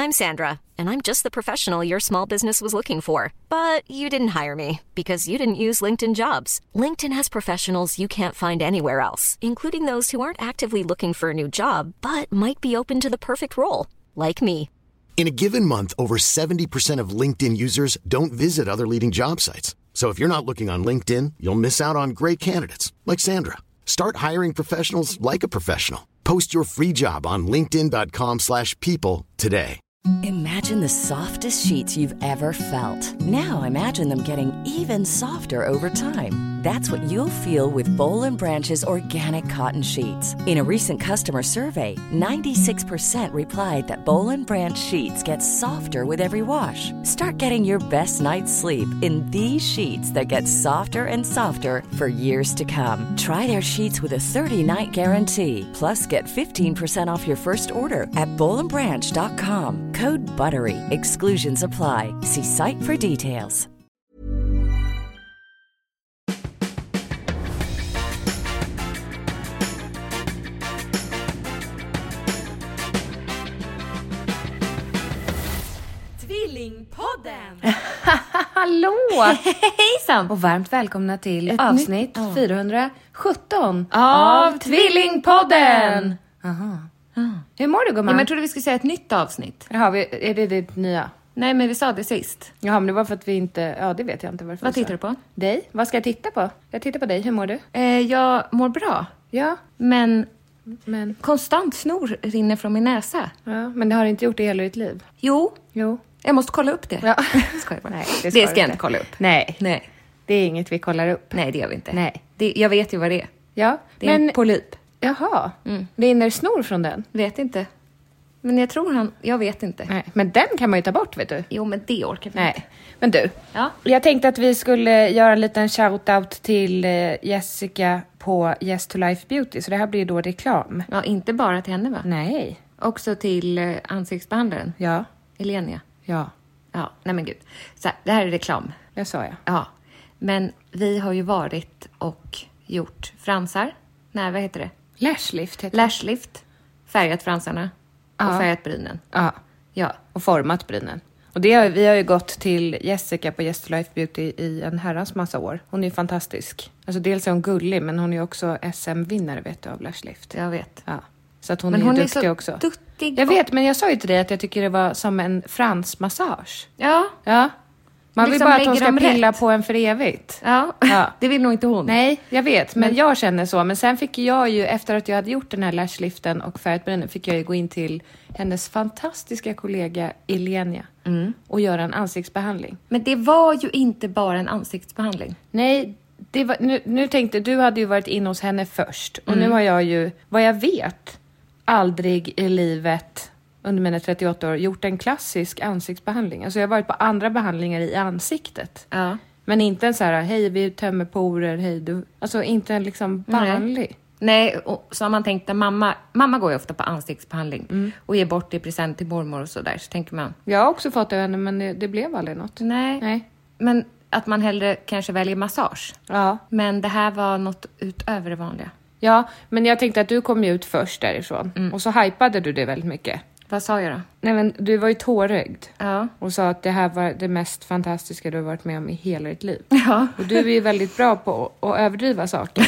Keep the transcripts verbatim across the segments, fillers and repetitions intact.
I'm Sandra, and I'm just the professional your small business was looking for. But you didn't hire me because you didn't use LinkedIn Jobs. LinkedIn has professionals you can't find anywhere else, including those who aren't actively looking for a new job, but might be open to the perfect role, like me. In a given month, over seventy percent of LinkedIn users don't visit other leading job sites. So if you're not looking on LinkedIn, you'll miss out on great candidates like Sandra. Start hiring professionals like a professional. Post your free job on linkedin dot com slash people today. Imagine the softest sheets you've ever felt. Now imagine them getting even softer over time. That's what you'll feel with Boll and Branch's organic cotton sheets. In a recent customer survey, ninety-six percent replied that Boll and Branch sheets get softer with every wash. Start getting your best night's sleep in these sheets that get softer and softer for years to come. Try their sheets with a thirty-night guarantee. Plus, get fifteen percent off your first order at boll and branch dot com. Code BUTTERY. Exclusions apply. See site for details. Tvillingpodden! Hallå! Hejsan! Och varmt välkomna till Ett avsnitt nytt, ja. fyrahundrasjutton av Tvillingpodden! Aha. Ah. Hur mår du, gumman? Ja, men jag trodde vi skulle säga ett nytt avsnitt. Jaha, vi, är det det nya? Nej, men vi sa det sist. Jaha, men det var för att vi inte... Ja, det vet jag inte varför. Vad tittar du på? Dig? Vad ska jag titta på? Jag tittar på dig. Hur mår du? Eh, jag mår bra. Ja. Men Men... konstant snor rinner från min näsa. Ja, men det har inte gjort det hela ditt liv. Jo, Jo. jag måste kolla upp det. Ja. Ska jag bara. Nej, det ska, ska, du jag inte kolla upp. Nej. Nej. Det är inget vi kollar upp. Nej, det gör vi inte. Nej. Det, jag vet ju vad det är. Ja, Det är men... en polyp. Jaha. Mm. Rinner snor från den? Vet inte. Men jag tror han... Jag vet inte. Nej, men den kan man ju ta bort, vet du. Jo, men det orkar vi Nej. inte. Men du, Ja. jag tänkte att vi skulle göra en liten shout-out till eh, Jessica på Yes to Life Beauty. Så det här blir då reklam. Ja, inte bara till henne, va? Nej. Också till eh, ansiktsbehandlaren. Ja. Elenia. Ja, Ja, nej men gud. Så här, det här är reklam. det sa jag. Ja, men vi har ju varit och gjort fransar. Nej, vad heter det? Lashlift heter det. Lashlift. Färgat fransarna. Och Ja. färgat brynen. Ja, Ja. och format brynen. Och det har, vi har ju gått till Jessica på Yes to Life Beauty i en herrans massa år. Hon är ju fantastisk. Alltså dels är hon gullig, men hon är också S M-vinnare, vet du, av Lashlift. Jag vet. Ja. Så att hon Men är hon är duktig så också. duktig. Jag och- vet, men jag sa ju till dig att jag tycker det var som en fransmassage. Ja. Ja. Man vill Liksom bara att hon lägger ska dem pilla rätt. på en för evigt. Ja. Ja. Det vill nog inte hon. Nej, jag vet. Men, Men- jag känner så. Men sen fick jag ju, efter att jag hade gjort den här lashliften och färgat brynen, fick jag ju gå in till hennes fantastiska kollega Elenia Mm. och göra en ansiktsbehandling. Men det var ju inte bara en ansiktsbehandling. Nej, det var, nu, nu tänkte du hade ju varit in hos henne först. Och Mm. nu har jag ju, vad jag vet, aldrig i livet under mina trettioåtta år gjort en klassisk ansiktsbehandling. Alltså jag har varit på andra behandlingar i ansiktet. Ja. Men inte en så här, hej vi tömmer porer, hej du. Alltså inte en liksom Nej. vanlig. Nej, och så har man tänkt att mamma, mamma går ju ofta på ansiktsbehandling och ger bort det i present till mormor och sådär. Så tänker man, Jag har också fått det av henne, men det, det blev aldrig något. nej. Nej. Men att man hellre kanske väljer massage. Ja. Men det här var något utöver det vanliga. Ja, men jag tänkte att du kom ju ut först därifrån. Mm. Och så hypade du det väldigt mycket. Vad sa jag då? Nej, men du var ju tårögd. Ja. Och sa att det här var det mest fantastiska du har varit med om i hela ditt liv. Ja. Och du är ju väldigt bra på att att överdriva saker.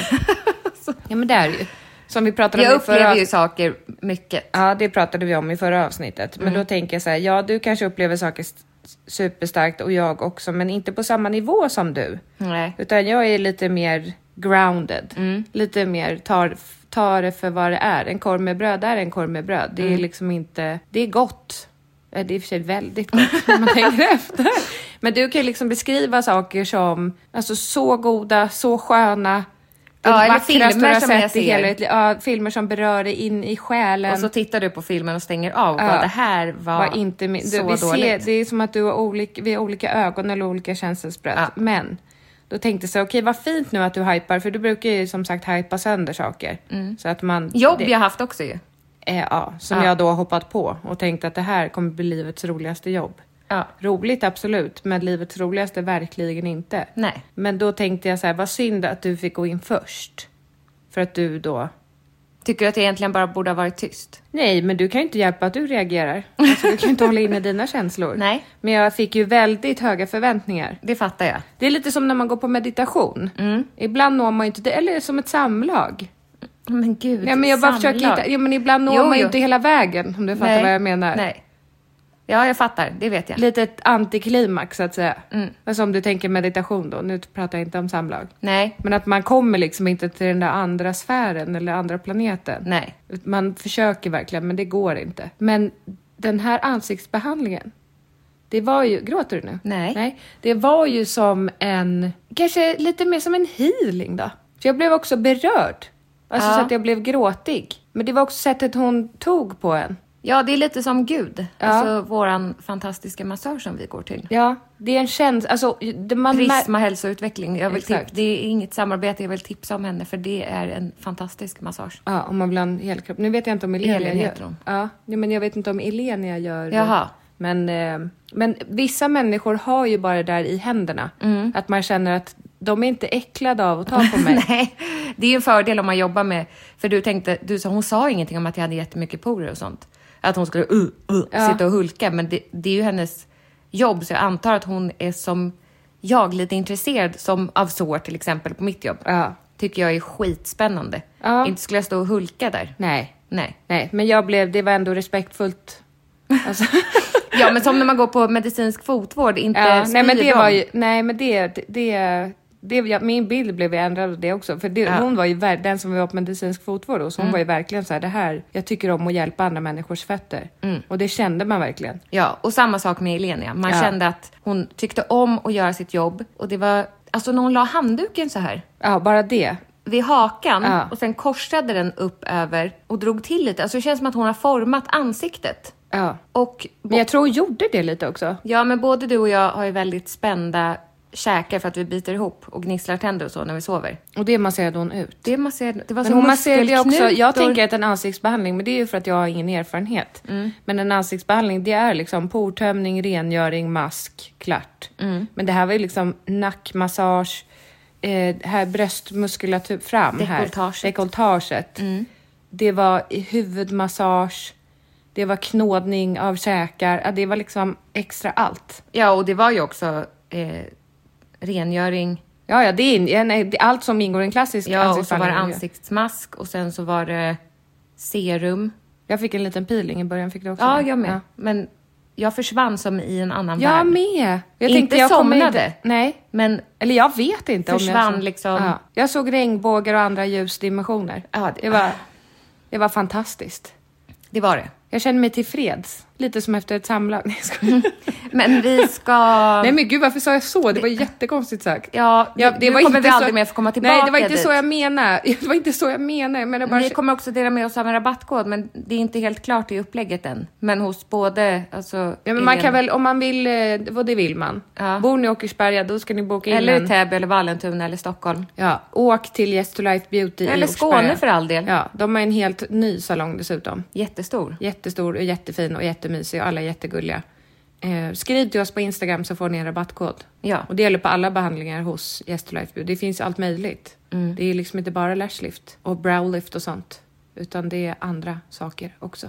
Ja, men det är ju. Som vi pratade Jag om i förra... upplever ju saker mycket. Ja, det pratade vi om i förra avsnittet. Men Mm. då tänker jag så här, ja, du kanske upplever saker st- superstarkt och jag också, men inte på samma nivå som du. Nej. Utan jag är lite mer grounded. Mm. Lite mer tar, tar det för vad det är. En korv med bröd är en korv med bröd. Det är Mm. liksom inte... Det är gott. Det är i och för sig väldigt gott när man tänker efter. Men du kan ju liksom beskriva saker som alltså, så goda, så sköna. Det Ja, eller vackraste filmer du har som jag sett i ser. hela ditt liv. Ja, filmer som berör dig in i själen. Och så tittar du på filmen och stänger av. Ja. Bara, det här var, var inte min, så du, vi ser, dåligt. det är som att du har olika, vi har olika ögon eller olika känselspröt. Ja. Men då tänkte jag så, okej, vad fint nu att du hypar, för du brukar ju som sagt hypa sönder saker. Så att man... Jobb det, jag haft också ju. eh, ja, som Ja. jag då har hoppat på och tänkt att det här kommer bli livets roligaste jobb. Ja. Roligt absolut, men livets roligaste verkligen inte. Nej. Men då tänkte jag så här, vad synd att du fick gå in först. För att du då Tycker du att det egentligen bara borde ha varit tyst? Nej, men du kan ju inte hjälpa att du reagerar. Alltså, du kan ju inte hålla inne dina känslor. Nej. Men jag fick ju väldigt höga förväntningar. Det fattar jag. Det är lite som när man går på meditation. Mm. Ibland når man ju inte det, eller som ett samlag. Men gud, Ja, men jag bara samlag. försöker hitta, ja, men ibland når Jo, man ju jo. inte hela vägen, om du fattar Nej. vad jag menar. Nej. Ja, jag fattar. Det vet jag. Lite ett antiklimax, så att säga. Mm. Alltså om du tänker meditation då, nu pratar jag inte om samlag. Nej. Men att man kommer liksom inte till den där andra sfären eller andra planeten. Nej. Man försöker verkligen, men det går inte. Men den här ansiktsbehandlingen, det var ju... Gråter du nu? Nej. Nej. Det var ju som en... Kanske lite mer som en healing då. För jag blev också berörd. Alltså Ja. så att jag blev gråtig. Men det var också sättet hon tog på en. Ja, det är lite som Gud. Ja. Alltså våran fantastiska massör som vi går till. Ja, det är en känsla... Alltså, det man Prisma hälsoutveckling. Jag vill Exakt. tip- det är inget samarbete, jag vill tipsa om henne för det är en fantastisk massage. Ja, om man vill ha en helkropp. Nu vet jag inte om Elenia Elin gör... heter hon. Ja, ja, men jag vet inte om Elenia gör... Jaha. Men, eh, men vissa människor har ju bara det där i händerna. Mm. Att man känner att de är inte äcklade av att ta på mig. Nej, det är ju en fördel om man jobbar med... För du tänkte, du sa, hon sa ingenting om att jag hade jättemycket porer och sånt. Att hon skulle uh, uh, Ja. sitta och hulka. Men det, det är ju hennes jobb. Så jag antar att hon är som jag, lite intresserad som av sår till exempel på mitt jobb. Ja. Tycker jag är skitspännande. Ja. Inte skulle jag stå och hulka där. Nej. Nej. Nej, men jag blev... Det var ändå respektfullt. Alltså. Ja, men som när man går på medicinsk fotvård, inte Ja, nej, men det spyr var dem. ju... Nej, men det... det, det det, ja, min bild blev ju ändrad av det också. För det, Ja. hon var ju ver- den som var på medicinsk fotvård. Och så hon var ju verkligen så här, det här... Jag tycker om att hjälpa andra människors fötter. Och det kände man verkligen. Ja, och samma sak med Elenia. Man Ja. kände att hon tyckte om att göra sitt jobb. Och det var... Alltså när hon la handduken så här Ja, bara det. vid hakan Ja. och sen korsade den upp över och drog till lite. Alltså det känns som att hon har format ansiktet. Ja. Och Men jag tror hon gjorde det lite också. ja, men både du och jag har ju väldigt spända käkar för att vi biter ihop och gnisslar tänder och så när vi sover. Och det masserade hon ut. Det, masserade, det var Men som hon masserade också. muskelknutor. Jag tänker att en ansiktsbehandling, men det är ju för att jag har ingen erfarenhet. Mm. Men en ansiktsbehandling, det är liksom portömning, rengöring, mask, klart. Mm. Men det här var ju liksom nackmassage, eh, här bröstmuskulatur fram Dekolletaget. här. Dekolletaget. Mm. Det var i huvudmassage. Det var knådning av käkar. Ja, det var liksom extra allt. Ja, och det var ju också eh, rengöring. Ja, ja, det är, ja, nej, det är allt som ingår i en klassisk Ja, och så var det ansiktsbehandling. ansiktsmask och sen så var det serum. Jag fick en liten peeling i början, fick du också Ja, det? jag med. Ja. Men jag försvann som i en annan Jag värld. med. Jag Inte tänkte jag kommer somnade. Inte, nej, Men eller jag vet inte Försvann om jag så, liksom. Ja. Jag såg regnbågar och andra ljusdimensioner. Ja, det- det, var, det var fantastiskt. det var det. Jag kände mig tillfreds. Lite som efter ett samlag. Nej, jag skojar. Men vi ska... Nej men gud, varför sa jag så? Det var jättekonstigt sagt. Ja, Ja, det nu kommer vi aldrig mer få komma tillbaka Nej, det var inte dit. så jag menar. Det var inte så jag menar. Jag menar bara... Vi kommer också dela med oss av en rabattkod, men det är inte helt klart i upplägget än. Men hos både... Alltså, Ja, men man Elin- kan väl, om man vill, eh, vad det vill man. Ja. Bor ni i Åkersberga, då ska ni boka in Eller en... i Täby, eller Vallentuna, eller Stockholm. Ja, åk till Yes to Life Beauty Eller i Åkersberga. Skåne för all del. Ja, de har en helt ny salong dessutom. Jättestor. Jättestor och jättefin och jättemysig och alla är jättegulliga. Eh, skriv till oss på Instagram så får ni en rabattkod. Ja. Och det gäller på alla behandlingar hos Yes to Life Beauty. Det finns allt möjligt. Mm. Det är liksom inte bara lashlift och browlift och sånt. Utan det är andra saker också.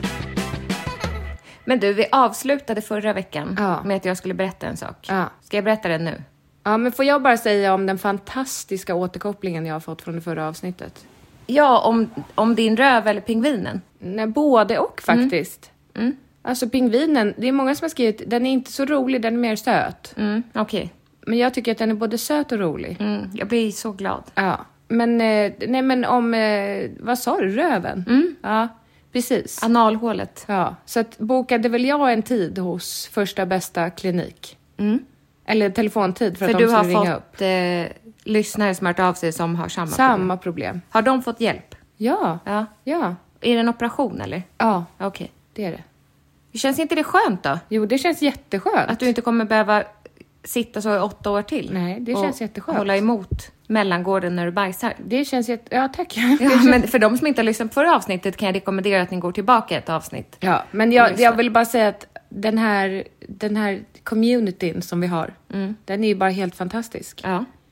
Men du, vi avslutade förra veckan Ja. med att jag skulle berätta en sak. Ja. Ska jag berätta den nu? Ja, men får jag bara säga om den fantastiska återkopplingen jag har fått från det förra avsnittet? Ja, om, om din röv eller pingvinen. Nej, både och faktiskt. Mm. Alltså pingvinen, det är många som har skrivit, den är inte så rolig, den är mer söt. Mm, okej. Men jag tycker att den är både söt och rolig. Mm, jag blir så glad. Ja, men, eh, nej men om, eh, vad sa du, röven? Mm. Ja, precis. Analhålet. Ja, så att bokade väl jag en tid hos första bästa klinik. Mm. Eller telefontid för, För att du de har skulle ringa upp. fått eh, lyssnare som har hört av sig som har samma, problem. Samma problem. Har de fått hjälp? Ja, Ja. ja, Är det en operation eller? ja, Okej. det är det. Känns inte det skönt då? Jo, det känns jätteskönt. Att du inte kommer behöva sitta så i åtta år till? Nej, det och känns jätteskönt. hålla emot mellangården när du bajsar? Det känns jätte... Ja, tack. Ja, men för de som inte har lyssnat på förra avsnittet kan jag rekommendera att ni går tillbaka ett avsnitt. Ja, men jag, jag vill bara säga att den här, den här communityn som vi har, Mm. den är ju bara helt fantastisk. Ja.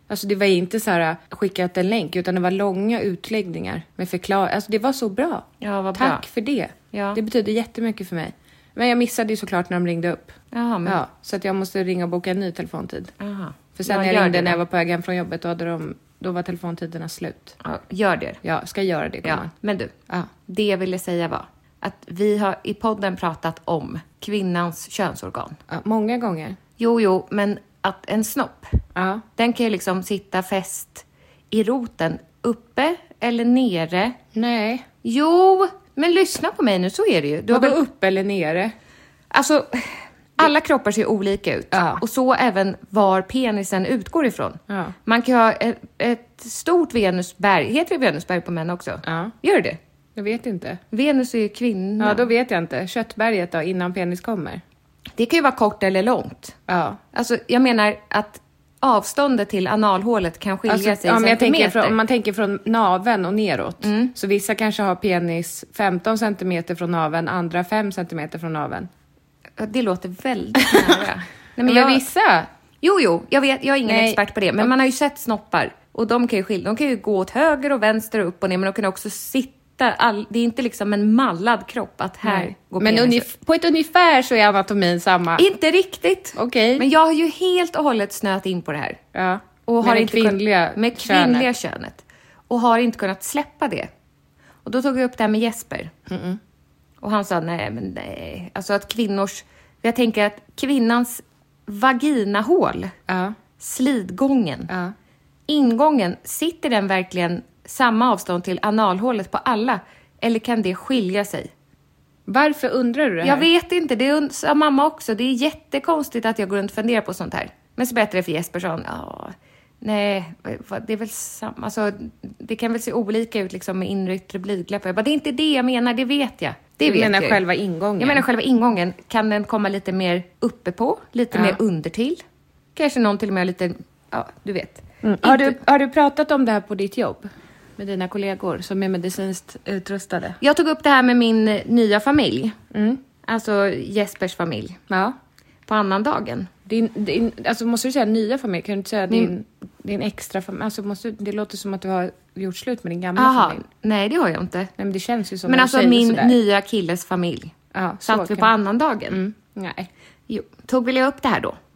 Alltså det var inte så här skickat en länk, utan det var långa utläggningar med förklar. Alltså det var så bra. Ja, vad bra. Tack för det. Ja. Det betyder jättemycket för mig. Men jag missade ju såklart när de ringde upp. Jaha, men... Ja, så att jag måste ringa och boka en ny telefontid. Aha. För sen Ja, när jag ringde det när jag var på väg hem från jobbet, då, hade de, då var telefontiderna slut. Ja, gör det. Ja, ska göra det. Ja. Men du, ja. det jag ville säga var att vi har i podden pratat om kvinnans könsorgan. Ja, många gånger. Jo, jo, men att en snopp, Ja. den kan ju liksom sitta fäst i roten uppe eller nere. Nej. Jo, men lyssna på mig nu, så är det ju. Du har Vadå väl... upp eller nere? Alltså, alla kroppar ser olika ut. Ja. Och så även var penisen utgår ifrån. Ja. Man kan ha ett, ett stort venusberg. Heter det venusberg på män också? Ja. Gör det? Jag vet inte. Venus är ju kvinna. Ja, då vet jag inte. Köttberget då, innan penis kommer. Det kan ju vara kort eller långt. Ja. Alltså, jag menar att avståndet till analhålet kan skilja Alltså, sig ja, men jag tänker centimeter. från, om man tänker från naveln och neråt. Mm. Så vissa kanske har penis femton centimeter från naveln, andra fem centimeter från naveln. Ja, det låter väldigt nära. Nej, Men, men jag... jag... vissa. Jo, jo, jag vet, jag är ingen Nej. expert på det. Men man har ju sett snoppar. Och de kan ju skilja. De kan ju gå åt höger och vänster och upp och ner. Men de kan också sitta. All... Det är inte liksom en mallad kropp att här Nej. går Men penisen. ungef- på ett ungefär så är anatomin samma. Inte riktigt. Okej. Men jag har ju helt och hållet snöat in på det här. Ja. Och Med har det inte kvinnliga kun... Med kvinnliga könet. könet. Och har inte kunnat släppa det. Och då tog jag upp det här med Jesper. Mm-mm. Och han sa, nej men nej. Alltså att kvinnors... Jag tänker att kvinnans vaginahål, Ja. slidgången, Ja. ingången, sitter den verkligen samma avstånd till analhålet på alla? Eller kan det skilja sig? Varför undrar du det här? Jag vet inte, det und- sa mamma också. Det är jättekonstigt att jag går runt och funderar på sånt här. Men så berättade jag för Jespersson, ja, nej, vad- det är väl samma. Alltså, det kan väl se olika ut liksom med inre yttre blygdläppar. Jag bara, det är inte det jag menar, det vet jag. Det Du vet menar jag. själva ingången? Jag menar själva ingången. Kan den komma lite mer uppe på? Lite Ja. mer under till? Kanske någon till och med lite, ja, du vet. Mm. Har, du, har du pratat om det här på ditt jobb? Med dina kollegor som är medicinskt utrustade? Jag tog upp det här med min nya familj. Mm. Alltså Jespers familj. Ja. På annandagen. Din, din, alltså måste du säga nya familj? Kan du inte säga din, Mm. din extra familj? Alltså måste, det låter som att du har gjort slut med din gamla Aha, familj. nej det har jag inte. Nej, men det känns ju som Men när du alltså säger min sådär. nya killes familj. Ja, så Satt vi kan- på annandagen. Mm. Nej. Jo, tog väl jag upp det här då.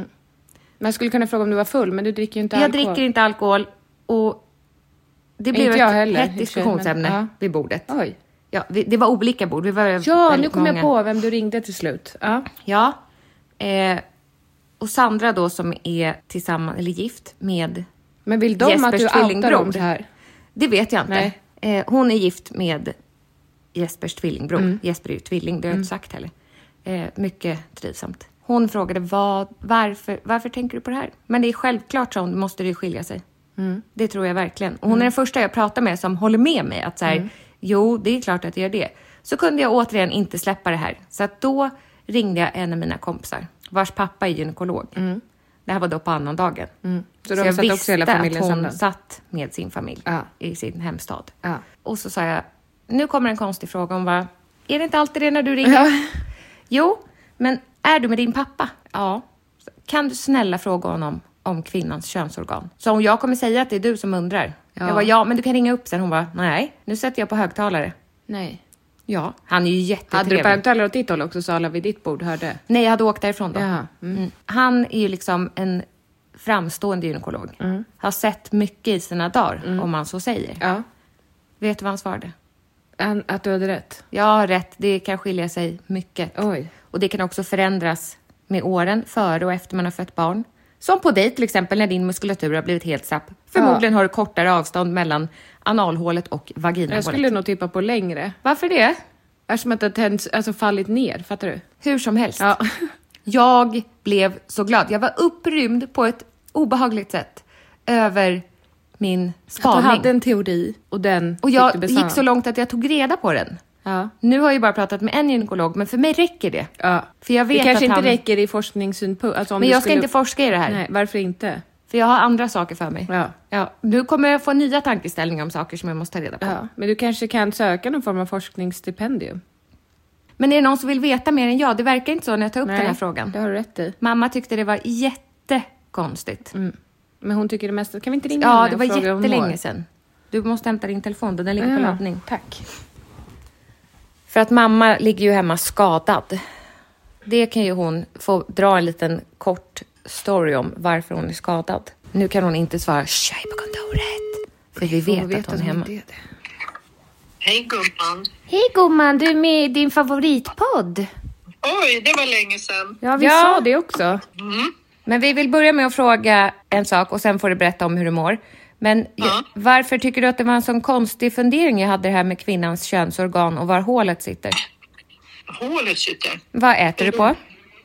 Men jag skulle kunna fråga om du var full, men du dricker ju inte Jag alkohol. dricker inte alkohol och det blev Inte jag ett heller, i och hett för sig, diskussionsämne men- ja. vid bordet. Oj. Ja, vi, det var olika bord. Vi var Ja, väldigt nu kom många. jag på vem du ringde till slut. Ja. Ja. Eh, och Sandra då som är tillsammans, eller gift med... Men vill de Jespers att du outar tvillingbror. dem det här? Det vet jag inte. Nej. Eh, hon är gift med Jespers tvillingbror. Mm. Jesper är ju tvilling, det har jag inte sagt heller. Eh, mycket trivsamt. Hon frågade vad, varför, varför tänker du på det här? Men det är självklart, så hon måste det skilja sig. Mm. Det tror jag verkligen. Och hon är den första jag pratar med som håller med mig. Att så här, jo, det är klart att det gör det. Så kunde jag återigen inte släppa det här. Så att då ringde jag en av mina kompisar, vars pappa är gynekolog. Det här var då på annandagen. Mm. Så, Så, de jag satt också hela visste familjen att hon samlad? satt med sin familj Ja. i sin hemstad. Ja. Och så sa jag, nu kommer en konstig fråga. Hon bara, är det inte alltid det när du ringer? Jo, men är du med din pappa? Ja. Kan du snälla fråga honom om kvinnans könsorgan? Så om jag kommer säga att det är du som undrar. Ja. Jag bara, ja, men du kan ringa upp sen. Hon bara, nej, nu sätter jag på högtalare. Nej. Ja, han är ju Hade du på jättetrevlig. högtalare åt ditt håll också, så alla vid ditt bord hörde? Nej, jag hade åkt därifrån då. Jaha. Mm. Mm. Han är ju liksom en framstående gynekolog. Har sett mycket i sina dagar, om man så säger. Ja. Vet du vad han svarade? An- Att du hade rätt? Jag har rätt, det kan skilja sig mycket. Oj. Och det kan också förändras med åren, före och efter man har fött barn. Som på dig till exempel, när din muskulatur har blivit helt slapp. Förmodligen har du kortare avstånd mellan analhålet och vaginahålet. Jag skulle nog tippa på längre. Varför det? Eftersom att det har tänds, alltså fallit ner, fattar du? Hur som helst. Ja. Jag blev så glad. Jag var upprymd på ett obehagligt sätt över min Att du spaning. hade en teori och den Och fick jag du besanna. gick så långt att jag tog reda på den. Ja. Nu har jag ju bara pratat med en gynekolog, men för mig räcker det. Ja. För jag vet det kanske att inte han... räcker i forskningssynpunkt. Alltså om Men du jag ska skulle... inte forska i det här. Nej, varför inte? För jag har andra saker för mig. Ja. Ja, nu kommer jag få nya tankeställningar om saker som jag måste ta reda på. Ja. Men du kanske kan söka någon form av forskningsstipendium? Men är det någon som vill veta mer än jag? Det verkar inte så när jag tar upp Nej, den här frågan. det har du rätt i. Mamma tyckte det var jättekonstigt. Mm. Men hon tycker det mesta. Kan vi inte ringa Ja, henne det och var fråga om hon jättelänge mår? sedan. Du måste hämta din telefon, den ligger Ja, på laddning. tack. För att mamma ligger ju hemma skadad. Det kan ju hon få dra en liten kort story om varför hon är skadad. Nu kan hon inte svara tjej på kontoret. För vi vet, vet att hon är hemma. det. Hej gumman. Hej gumman, du är med i din favoritpodd. Oj, det var länge sedan. Ja, vi Ja. sa det också. Mm. Men vi vill börja med att fråga en sak och sen får du berätta om hur du mår. Men Ja. varför tycker du att det var en sån konstig fundering jag hade det här med kvinnans könsorgan och var hålet sitter? Hålet sitter. Vad äter du på?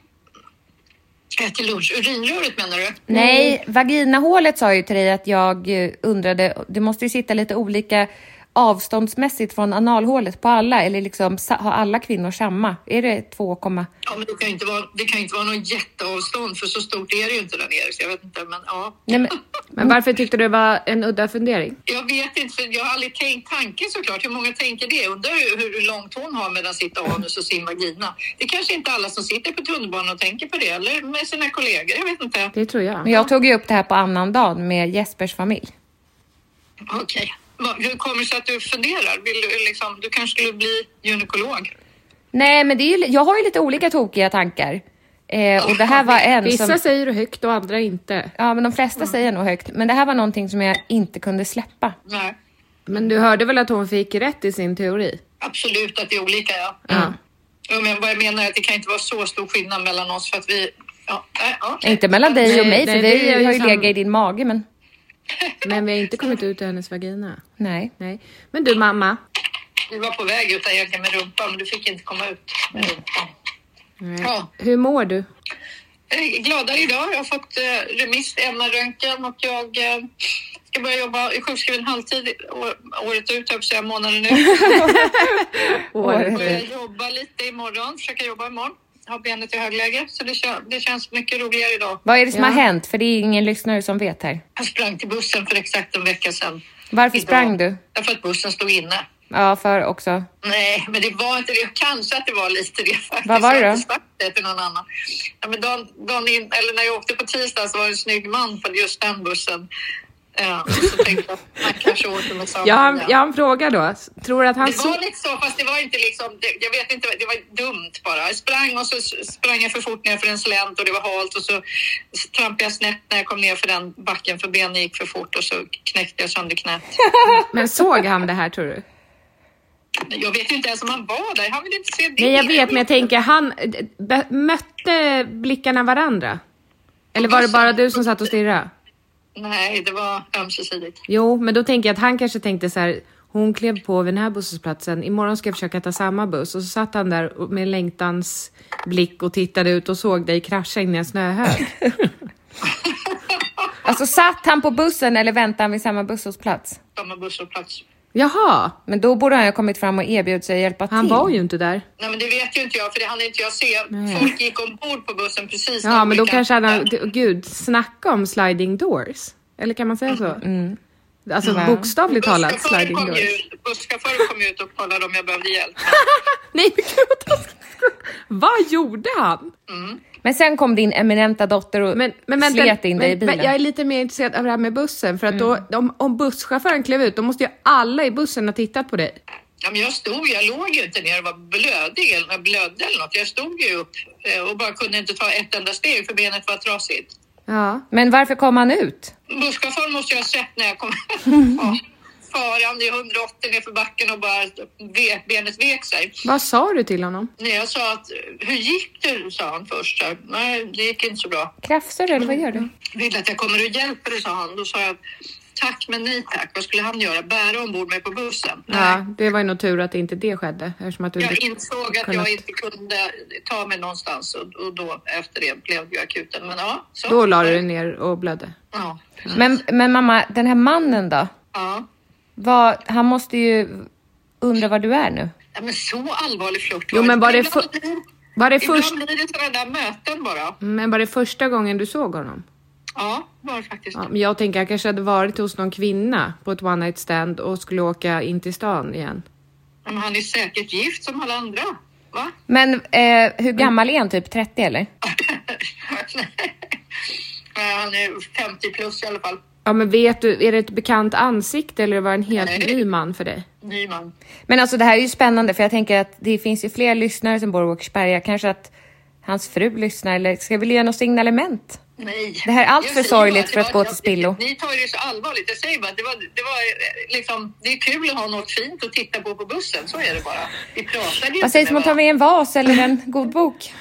Äter lunch. Urinröret menar du? Nej, vaginahålet sa ju till dig att jag eh, undrade, det måste ju sitta lite olika avståndsmässigt från analhålet på alla, eller liksom sa- har alla kvinnor samma? Är det två, Ja, men det kan ju inte vara, det kan ju inte vara någon jätteavstånd, för så stort är det ju inte där nere, så jag vet inte, men ja. nej, men, Men varför tyckte du det var en udda fundering? Jag vet inte, för jag har aldrig tänkt tanken såklart. Hur många tänker det? Undrar hur, hur långt hon har mellan sitt anus och sin vagina. Det är kanske inte alla som sitter på tunnelbanan och tänker på det, eller med sina kollegor, jag vet inte. Det tror jag. men jag tog ju upp det här på annan dag med Jespers familj. Okej. Va- Hur kommer det sig att du funderar? Vill du, liksom, du kanske skulle bli gynekolog? Nej, men det är ju, jag har ju lite olika tokiga tankar. Eh, och det här var en Vissa som... säger du högt och andra inte. Ja, men de flesta säger nog högt. Men det här var någonting som jag inte kunde släppa. Nej, Men du hörde väl att hon fick rätt i sin teori? absolut att det är olika, ja. Ja. Ja, men vad jag menar är att det kan inte vara så stor skillnad mellan oss, för att vi... Ja, nej, okej. Inte mellan dig och Nej, mig, för nej, vi vi är ju har ju sam- legat i din mage, men... Men vi har inte kommit ut ur hennes vagina. Nej. Nej. Men du mamma. Du var på väg ut där med rumpan, men du fick inte komma ut med rumpan. Nej. Ja. Hur mår du? Jag är gladare idag. Jag har fått eh, remiss till M R-röntgen och jag eh, ska börja jobba i sjukskriven halvtid år, året ut, jag säga månaden nu. Året Börja ut. jobba lite imorgon, försöka jobba imorgon. Ha benet i högläge, så det, kän, det känns mycket roligare idag. Vad är det som Ja. har hänt? För det är ingen lyssnare som vet här. Jag sprang till bussen för exakt en vecka sedan. Varför Idag. sprang du? Därför att bussen stod inne. Ja, för också. Nej, men det var inte det. Kanske att det var lite det faktiskt. Vad var det då? Jag har inte sagt det till någon annan. Ja, men dagen, dagen in, eller när jag åkte på tisdag så var det en snygg man på just den bussen. Ja, och så tänkte jag att han kanske åker med samma. Jag har, igen. jag har en fråga då. Tror du att han Det så... var lite så, fast det var inte liksom, det, jag vet inte, det var dumt bara. Jag sprang och så sprang jag för fort ner för en slänt och det var halt och så trampade jag snett när jag kom ner för den backen för benen gick för fort och så knäckte jag sönder knät. Men såg han det här tror du? Jag vet ju inte ens om han var där, han ville inte se det. Nej jag vet men jag tänker han be- mötte blickarna varandra? Eller var det bara du som satt och stirrade? Nej, det var ömsesidigt. Jo men då tänker jag att han kanske tänkte så här. Hon klev på vid den här busshållplatsen. Imorgon ska jag försöka ta samma buss. Och så satt han där med längtans blick och tittade ut och såg dig krascha in i en snöhög. Alltså, satt han på bussen eller väntade han vid samma busshållplats? Samma busshållplats. Jaha, Men då borde han ju ha kommit fram och erbjudit sig att hjälpa till. han var ju inte där. Nej, men det vet ju inte jag, för det hann inte jag se. Folk gick ombord på bussen precis när Ja men då olyckan kanske han hände. har, gud, snacka om sliding doors. Eller kan man säga så? Mm. Alltså Ja. bokstavligt talat Busschauffören sliding kom doors. ju ut- Busschauffören kom ut och kollade om jag behövde hjälp. Nej men gud vad taskigt. Vad gjorde han? Men sen kom din eminenta dotter och Men, men vänta, slet in dig i men, bilen. men jag är lite mer intresserad av det här med bussen. För att då, om, om busschauffören klev ut, då måste ju alla i bussen ha tittat på dig. Ja, men jag stod jag låg ju inte ner och var blödig eller jag blödde eller något. Jag stod ju upp eh, och bara kunde inte ta ett enda steg för benet var trasigt. Ja. Men varför kom han ut? Busschauffören måste jag ha sett när jag kom ja, farande i hundraåttio ner för backen och bara ve, benet vek sig. Vad sa du till honom? När jag sa att, hur gick det, sa han först. Så här, nej, det gick inte så bra. Krafsar du eller vad gör du? Vill att jag kommer och hjälper dig, sa han. Då sa jag, tack men nej tack. Vad skulle han göra? Bära ombord mig på bussen? Ja, det var ju nog tur att inte det skedde. Eftersom att du Jag inte... insåg att kunnat- jag inte kunde ta mig någonstans och, och då efter det blev jag akuten. Men ja, så. Då la du dig ner och blödde. Ja. Men, men mamma, den här mannen då? Ja. Vad, han måste ju undra var du är nu. Ja, men så allvarlig flört. Jo, men var det Ibland för- blir- Var det, Ibland först... blir det sådana där möten bara. Men var det första gången du såg honom? Ja, var det faktiskt. Ja, men jag tänker att jag kanske hade varit hos någon kvinna på ett one night stand och skulle åka in till stan igen. Men han är säkert gift som alla andra. Va? Men eh, hur gammal är han? Typ trettio eller? Nej, han är femtio plus i alla fall. Ja, men vet du, är det ett bekant ansikte eller var det en helt Nej. ny man för dig? Ny man. Men alltså det här är ju spännande, för jag tänker att det finns ju fler lyssnare som bor i Åkersberga. Kanske att hans fru lyssnar, eller ska vi ge något signalement? Nej. Det här är allt Jag för säger bara sorgligt att för att det gå var- till spillo. Ni tar ju det så allvarligt. Jag säger bara att det var, det var eh, liksom, det är kul att ha något fint att titta på på bussen. Så är det bara. Vi pratade ju Vad sägs om att ta med en vas eller en god bok?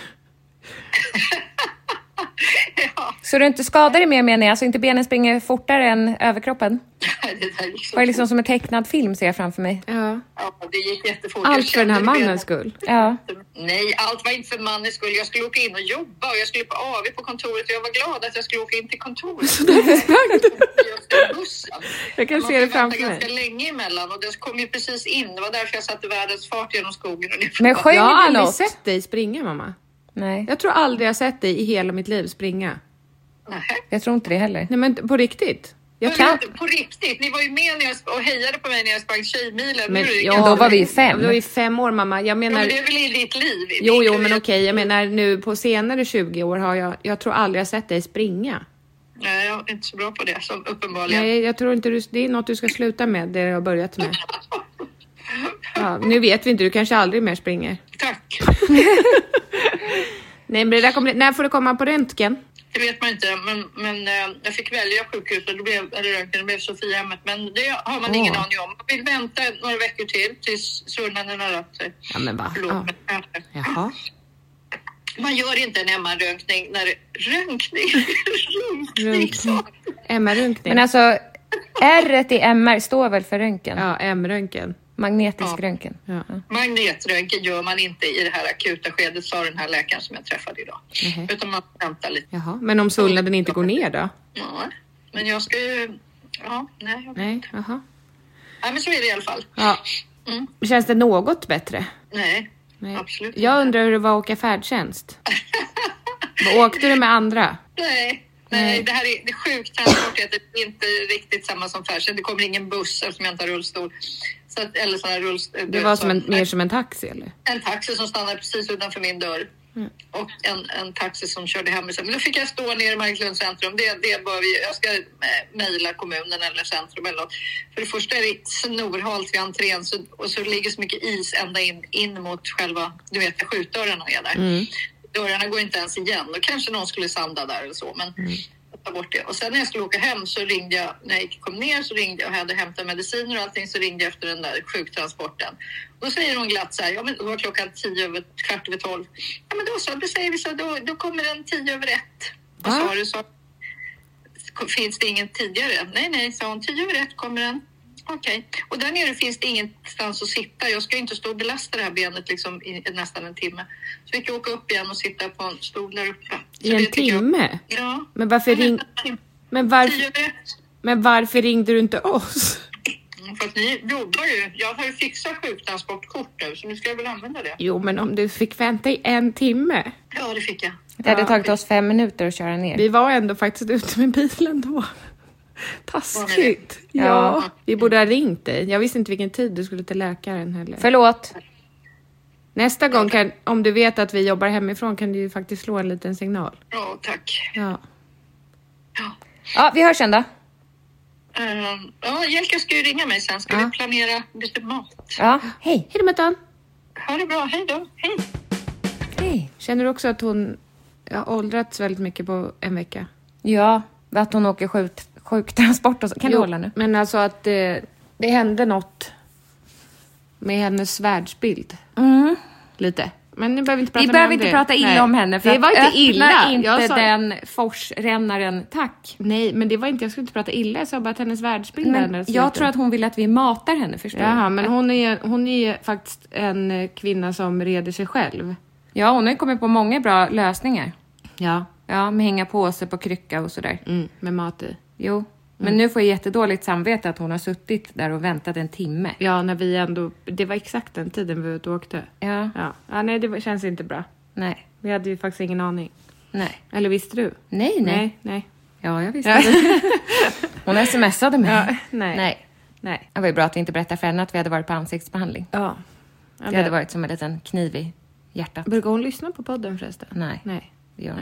Ja, Så du inte skadar dig mer, menar jag. Alltså inte benen springer fortare än överkroppen. det där gick så Det var liksom som en tecknad film, ser jag framför mig. Ja. Ja, det gick jättefort. Jag Allt för den här kände det. mannens skull. Ja. Nej, allt var inte för mannens skull. Jag skulle åka in och jobba och jag skulle på A V på kontoret och jag var glad att jag skulle åka in till kontoret. Så därför sprang du? Bussen. Jag kan Man se det fick vänta framför mig. ganska länge emellan och det kom ju precis in. Det var därför jag satte världens fart genom skogen. Och Men sjöng Jag har du aldrig något? sett dig springa, mamma. Nej, Jag tror aldrig jag sett dig i hela mitt liv springa. Nej. jag tror inte det heller. Nej, men på riktigt. Jag Men kan... vänta, på riktigt, ni var ju med när jag, och hejade på mig när jag sprang tjejmilen. Men, Nu är det ja, ganska då var vi ju länge. fem. Det var ju fem år, mamma. Jag Ja, menar... men det är väl i ditt liv? Jo, Det jo, kan men vi- okej. Jag menar nu på senare tjugo år har jag... Jag tror aldrig jag sett dig springa. Nej, jag är inte så bra på det, som uppenbarligen. Nej, jag tror inte du... Det är något du ska sluta med, det du har börjat med. Ja, nu vet vi inte. Du kanske aldrig mer springer. Tack. Nej, men det där kommer... När får du komma på röntgen? Det vet man inte, men, men eh, jag fick välja sjukhus och det blev, eller röntgen, det blev Sofiahemmet. Men det har man ingen aning om. Man vill vänta några veckor till tills svullnaden har lagt sig. Ja, men va? Förlåt, Ja. men, äh, Jaha. man gör inte en M R-röntgning när röntgning, röntgning, så. M R-röntgning. Men alltså, R i M R står väl för röntgen? Ja, M-röntgen. Magnetisk Ja. röntgen. Ja. Magnetröntgen gör man inte i det här akuta skedet, sa den här läkaren som jag träffade idag. Mhm. Utan man väntar lite. Jaha. Men om svullnaden inte går ner då? Ja, men jag ska ju... Ja, nej. Jag... Nej, jaha. nej, men så är det i alla fall. Ja. Mm. Känns det något bättre? Nej, Nej. absolut Jag inte. undrar hur det var att åka färdtjänst. Vad åkte du med andra? Nej, nej, det här är, det är sjuktransport. Det är inte riktigt samma som färdtjänst. Det kommer ingen buss eftersom jag inte har rullstol. Så att, eller sån här rullstol. Det var som en, mer som en taxi, eller? En taxi som stannade precis utanför min dörr. Mm. Och en, en taxi som körde hem. Men då fick jag stå ner i Marklunds centrum. Det, det bör vi, jag ska eh, mejla kommunen eller centrum eller något. För det första är det snorhalt vid entrén. Så, och så ligger så mycket is ända in, in mot själva, du vet, skjutdörrarna är där. Mm. Dörrarna går inte ens igen. Då kanske någon skulle sanda där eller så. Men Mm. jag tar bort det. Och sen när jag skulle åka hem så ringde jag, när jag kom ner så ringde jag och hade hämtat mediciner och allting, så ringde jag efter den där sjuktransporten. Och då säger hon glatt så här, ja men då var klockan tio över, kvart över tolv. Ja men då så, då säger vi så, då, då kommer den tio över ett. Vad Va? sa du? Så, finns det ingen tidigare? Nej, nej, sa hon, tio över ett kommer den. Okej. Och där nere finns det ingenstans att sitta. Jag ska inte stå och belasta det här benet liksom i nästan en timme. Så fick jag åka upp igen och sitta på en stol där uppe. Så I en det tycker jag- timme? Ja. Men varför, Ja, ring... nästan en timme. men, Tio varför... över ett. men varför ringde du inte oss? Mm, för att ni jobbar ju. Jag har ju fixat sjuktransportkort nu, så nu ska jag väl använda det. Jo, men om du fick vänta i en timme. Ja, det fick jag. Det hade Ja. tagit oss fem minuter att köra ner. Vi var ändå faktiskt ute med bilen då. Taskigt. Ja. Ja. Vi borde ha ringt dig. Jag visste inte vilken tid du skulle till läkaren heller. Förlåt. Nästa gång, kan, om du vet att vi jobbar hemifrån, kan du ju faktiskt slå en liten signal. Ja, tack. Ja. Ja. Ja, vi hörs sen då. Um, ja, Jelka ska ju ringa mig sen. Ska Ja. vi planera lite mat? Ja, hej. Hej då, Mattan. Ha det bra. Hej då. Hej. Hej. Känner du också att hon har åldrats väldigt mycket på en vecka? Ja, att hon åker sjuk, sjuktransport och så. Kan du Jo, hålla nu? Men alltså att det, det hände något med hennes världsbild. Mm. Lite. Men nu behöver vi inte prata Vi mer behöver om inte det. prata illa Nej. om henne. För det att var inte öppna illa. inte Jag sa... den forsrännaren, tack. Nej, men det var inte, jag skulle inte prata illa. Jag sa bara att hennes världsbild Men ändrats jag lite. tror att hon vill att vi matar henne, förstår Jaha, du? men hon är, hon är faktiskt en kvinna som reder sig själv. Ja, hon har ju kommit på många bra lösningar. Ja. Ja, med hänga på sig på krycka och sådär. Mm, med mat i. Jo, men nu får jag jättedåligt samvete att hon har suttit där och väntat en timme. Ja, när vi ändå... Det var exakt den tiden vi var ute och åkte. Ja, Ja, ja nej, det var- känns inte bra. nej, Vi hade ju faktiskt ingen aning. nej. Eller visste du? Nej, nej. Nej, nej. Ja, jag visste det. Hon smsade mig. Ja, nej. Nej. Nej. Det var ju bra att vi inte berättade för henne att vi hade varit på ansiktsbehandling. Ja. Det hade varit som en liten kniv i hjärtat. Brukar hon lyssna på podden förresten? Nej, Nej. det gör hon Nej. inte.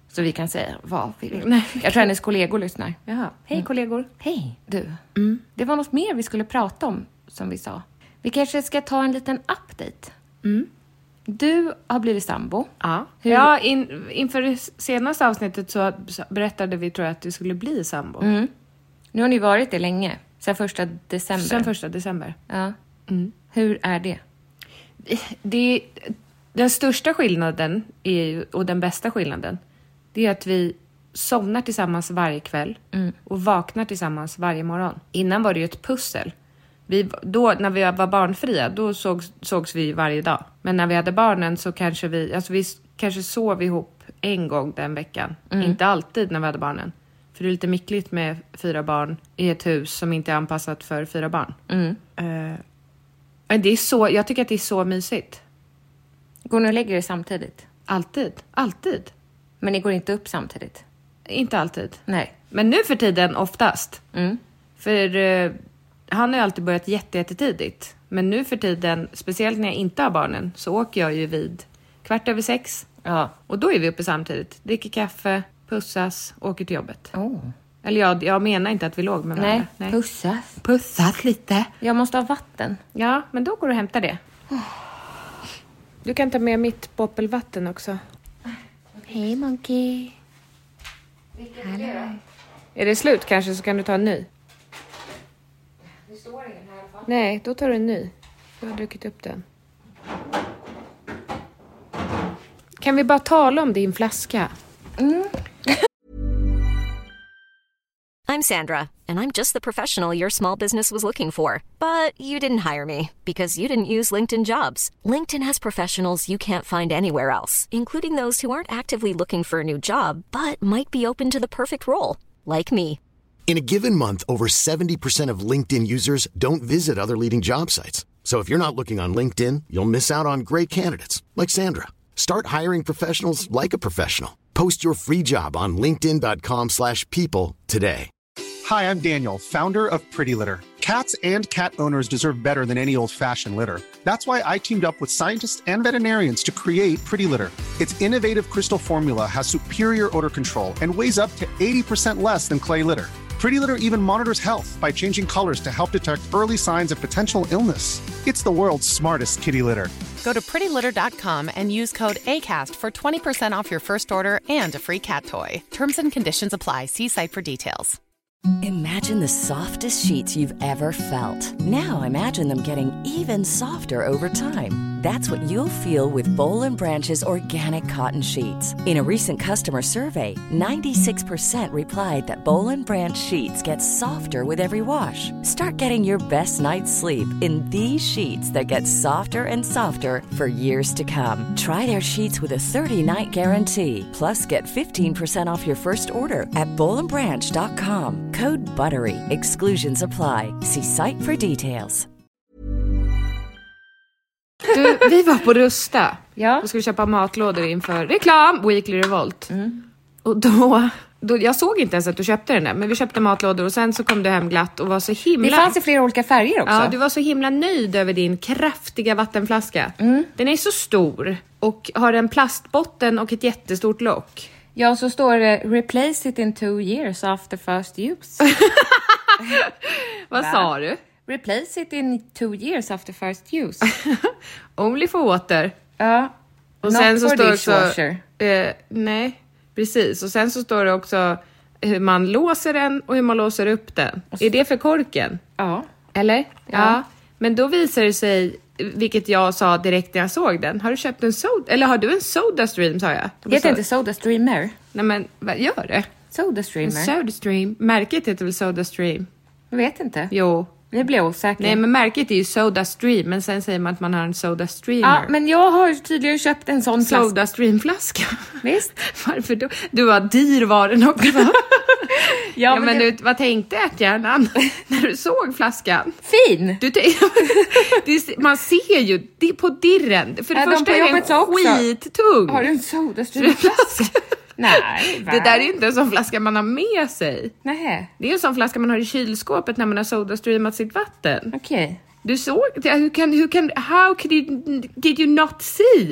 Så vi kan säga vad vi vill. Nej. Jag tror hennes kollegor lyssnar. Jaha. Hej Mm. kollegor. Hej, du. Mm. Det var något mer vi skulle prata om, som vi sa. Vi kanske ska ta en liten update. Mm. Du har blivit sambo. Ja, Hur- ja in, inför det senaste avsnittet så berättade vi, tror jag, att du skulle bli sambo. Mm. Nu har ni varit det länge. Sen första december. Sen första december. Ja. Mm. Hur är det? Det, den största skillnaden är ju, och den bästa skillnaden, det är att vi somnar tillsammans varje kväll Mm. och vaknar tillsammans varje morgon. Innan var det ju ett pussel. Vi, då, när vi var barnfria, då sågs, sågs vi varje dag. Men när vi hade barnen så kanske vi, alltså vi kanske sov ihop en gång den veckan. Mm. Inte alltid när vi hade barnen. För det är lite mycket med fyra barn i ett hus som inte är anpassat för fyra barn. Mm. Uh, men det är så, jag tycker att det är så mysigt. Går ni och lägger er samtidigt? Alltid, alltid. Men ni går inte upp samtidigt? Inte alltid. Nej. Men nu för tiden oftast. Mm. För uh, han har ju alltid börjat jätte, jättetidigt. Men nu för tiden, speciellt när jag inte har barnen, så åker jag ju vid kvart över sex. Ja. Och då är vi uppe samtidigt. Dricker kaffe, pussas, åker till jobbet. Oh. Eller jag, jag menar inte att vi låg med varandra. Nej, pussas. Pussas lite. Jag måste ha vatten. Ja, men då går du och hämtar det. Du kan ta med mitt boppelvatten också. Hej Monkey. Är det slut kanske så kan du ta en ny. Det står ingen här i alla fall. Nej, då tar du en ny. Jag har druckit upp den. Kan vi bara tala om din flaska? I'm Sandra, and I'm just the professional your small business was looking for. But you didn't hire me because you didn't use LinkedIn Jobs. LinkedIn has professionals you can't find anywhere else, including those who aren't actively looking for a new job, but might be open to the perfect role, like me. In a given month, over seventy percent of LinkedIn users don't visit other leading job sites. So if you're not looking on LinkedIn, you'll miss out on great candidates like Sandra. Start hiring professionals like a professional. Post your free job on linkedin dot com slash people today. Hi, I'm Daniel, founder of Pretty Litter. Cats and cat owners deserve better than any old-fashioned litter. That's why I teamed up with scientists and veterinarians to create Pretty Litter. Its innovative crystal formula has superior odor control and weighs up to eighty percent less than clay litter. Pretty Litter even monitors health by changing colors to help detect early signs of potential illness. It's the world's smartest kitty litter. Go to pretty litter dot com and use code ACAST for twenty percent off your first order and a free cat toy. Terms and conditions apply. See site for details. Imagine the softest sheets you've ever felt. Now imagine them getting even softer over time. That's what you'll feel with Boll and Branch's organic cotton sheets. In a recent customer survey, ninety-six percent replied that Boll and Branch sheets get softer with every wash. Start getting your best night's sleep in these sheets that get softer and softer for years to come. Try their sheets with a thirty-night guarantee. Plus, get fifteen percent off your first order at boll and branch dot com. Code BUTTERY. Exclusions apply. See site for details. Du, vi var på Rusta. Ja. Och skulle köpa matlådor inför reklam, Weekly Revolt. Mm. Och då, då, jag såg inte ens att du köpte den där. Men vi köpte matlådor och sen så kom du hem glatt och var så himla... Det fanns i flera olika färger också. Ja, du var så himla nöjd över din kraftiga vattenflaska. Mm. Den är så stor och har en plastbotten och ett jättestort lock. Ja, så står det replace it in two years after first use. Vad Va? sa du? Replace it in two years after first use. Only for water. Ja. Och Not sen så for står det dishwasher. också... Eh, nej, precis. Och sen så står det också hur man låser den och hur man låser upp den. Är det för korken? Ja. Eller? Ja. Ja. Men då visar det sig, vilket jag sa direkt när jag såg den. Har du köpt en soda? Eller har du en Soda Stream, sa jag? Det heter inte Soda Streamer. Nej, men vad gör det? Soda En Streamer. Soda Stream. Märket heter väl Soda Stream? Jag vet inte. Jo. Nu blir jag osäker. Nej, men märket är ju Soda Stream. Men sen säger man att man har en Soda Streamer. Ja, men jag har tydligen köpt en sån flaska. Soda Stream-flaska. Visst? Varför då? Du var dyr var den också. ja, Ja, men men det- du, vad tänkte ärthjärnan när du såg flaskan? Fin! Du t- det, man ser ju det på dirren. För det Ja, de första på är den jobbet sa också. skittung. Har du en Soda Streamer-flaska? Nej, va? Det där är inte en sån flaska man har med sig. Nej, Det är en sån flaska man har i kylskåpet när man har sodastreamat sitt vatten. okej. Du såg, hur kan, hur kan, how could you, did you not see?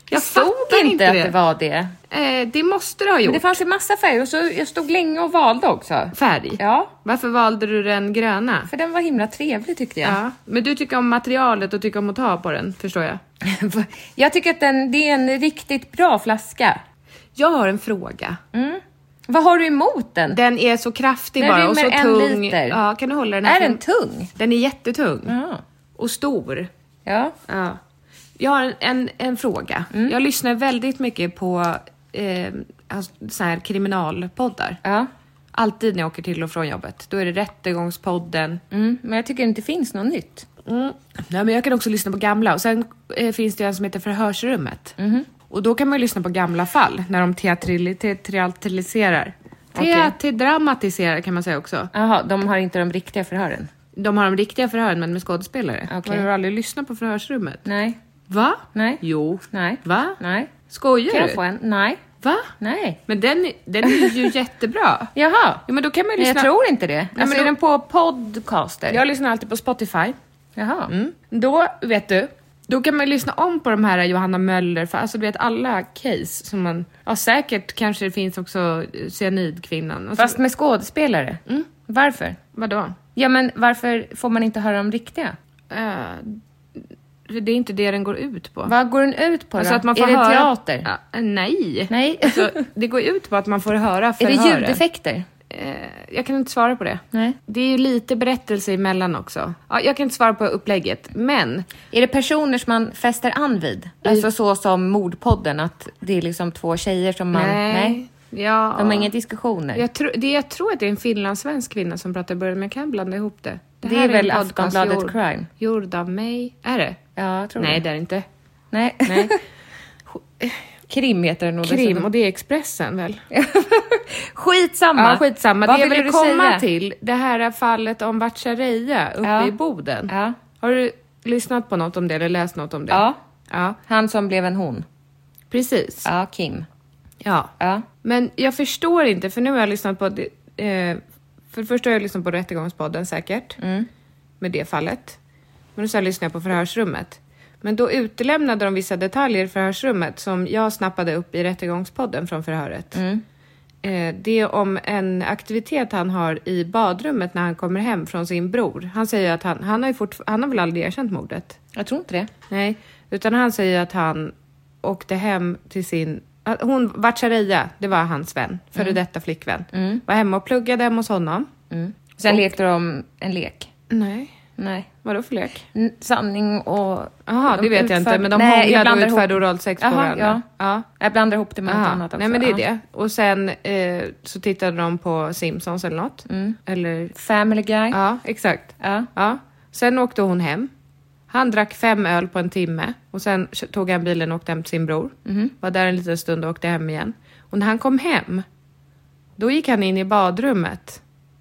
Jag såg fattar inte att det. det var det. Eh, det måste du ha gjort. Men det fanns ju massa färger och så jag stod länge och valde också. Färg? Ja. Varför valde du den gröna? För den var himla trevlig tyckte jag. Ja. Men du tycker om materialet och tycker om att ta på den, förstår jag. Jag tycker att den, det är en riktigt bra flaska. Jag har en fråga. Mm. Vad har du emot den? Den är så kraftig den bara och så en tung. Liter. Ja, kan du hålla den här? Är den tung? Den är jättetung. Ja. Och stor. Ja. Ja. Jag har en, en, en fråga. Mm. Jag lyssnar väldigt mycket på eh, så här kriminalpoddar. Ja. Alltid när jag åker till och från jobbet. Då är det Rättegångspodden. Mm. Men jag tycker inte det finns något nytt. Mm. Nej, men jag kan också lyssna på gamla. Och sen eh, finns det en som heter Förhörsrummet. Mm. Och då kan man ju lyssna på gamla fall. När de teatrali- teatraliserar. Okay. Teaterdramatiserar kan man säga också. Jaha, de har inte de riktiga förhören. De har de riktiga förhören men med skådespelare. Okay. Har du aldrig lyssnat på Förhörsrummet? Nej. Va? Nej. Jo. Nej. Va? Nej. Skojar kan du? Jag få en? Nej. Va? Nej. Men den, den är ju jättebra. Jaha. Ja, men då kan man ju lyssna... Jag tror inte det. Nej, alltså då... är den på podcaster? Jag lyssnar alltid på Spotify. Jaha. Mm. Då, vet du, då kan man lyssna om på de här Johanna Möller. För alltså, du vet, alla case som man... Ja, säkert kanske det finns också cyanidkvinnan. Alltså... Fast med skådespelare? Mm. Varför? Vadå? Ja, men varför får man inte höra de riktiga? Uh, det är inte det den går ut på. Vad går den ut på då? Alltså att man får är det höra... teater? Ja, nej. Nej. Alltså, det går ut på att man får höra förhören. Är det ljudeffekter? Uh, jag kan inte svara på det. Nej. Det är ju lite berättelse emellan också. Ja, jag kan inte svara på upplägget, men... Är det personer som man fäster an vid? I... Alltså så som Mordpodden, att det är liksom två tjejer som man... Nej. nej. Ja. De har inga diskussioner. Jag, tro, det, jag tror att det är en finlandssvensk kvinna som pratar i början, men jag kan blanda ihop det. Det, det här är väl en podcast Aftonbladet gjord, Crime? Gjord av mig. Är det? Ja, jag tror Nej, det. det är inte. Nej. Nej. Krim heter den nog. Krim, och det är Expressen väl? Skitsamma. Ja, skitsamma. Vad det jag vill ville du komma säga? till, det här fallet om Vatchareeya uppe ja. i Boden. Ja. Har du lyssnat på något om det eller läst något om det? Ja. Ja. Han som blev en hon. Precis. Ja, Kim. Ja. Ja. Men jag förstår inte, för nu har jag lyssnat på... Eh, för det första har jag lyssnat på Rättegångspodden säkert. Mm. Med det fallet. Men så lyssnade jag på Förhörsrummet. Men då utelämnade de vissa detaljer i Förhörsrummet som jag snappade upp i Rättegångspodden från förhöret. Mm. Eh, det är om en aktivitet han har i badrummet när han kommer hem från sin bror. Han säger att han, han har ju fort, han har väl aldrig erkänt mordet. Jag tror inte det. Nej, utan han säger att han åkte hem till sin... Hon, Vatchareeya, det var hans vän, före mm. detta flickvän. Mm. Var hemma och pluggade hemma hos honom. Mm. Sen och, lekte de en lek. Nej. Nej. Vadå för lek? N- sanning och... Jaha, det vet utför... jag inte. Men de Nej, hånglade och utförde ihop... oralt sex på Aha, varandra. Ja. Ja. Jag blandar ihop det med något Aha. annat också. Nej, men det är ja. det. Och sen eh, så tittade de på Simpsons eller något. Mm. Eller... Family Guy. Ja, exakt. Ja. Ja. Sen åkte hon hem. Han drack fem öl på en timme. Och sen tog han bilen och åkte hem till sin bror. Mm. Var där en liten stund och åkte hem igen. Och när han kom hem, då gick han in i badrummet.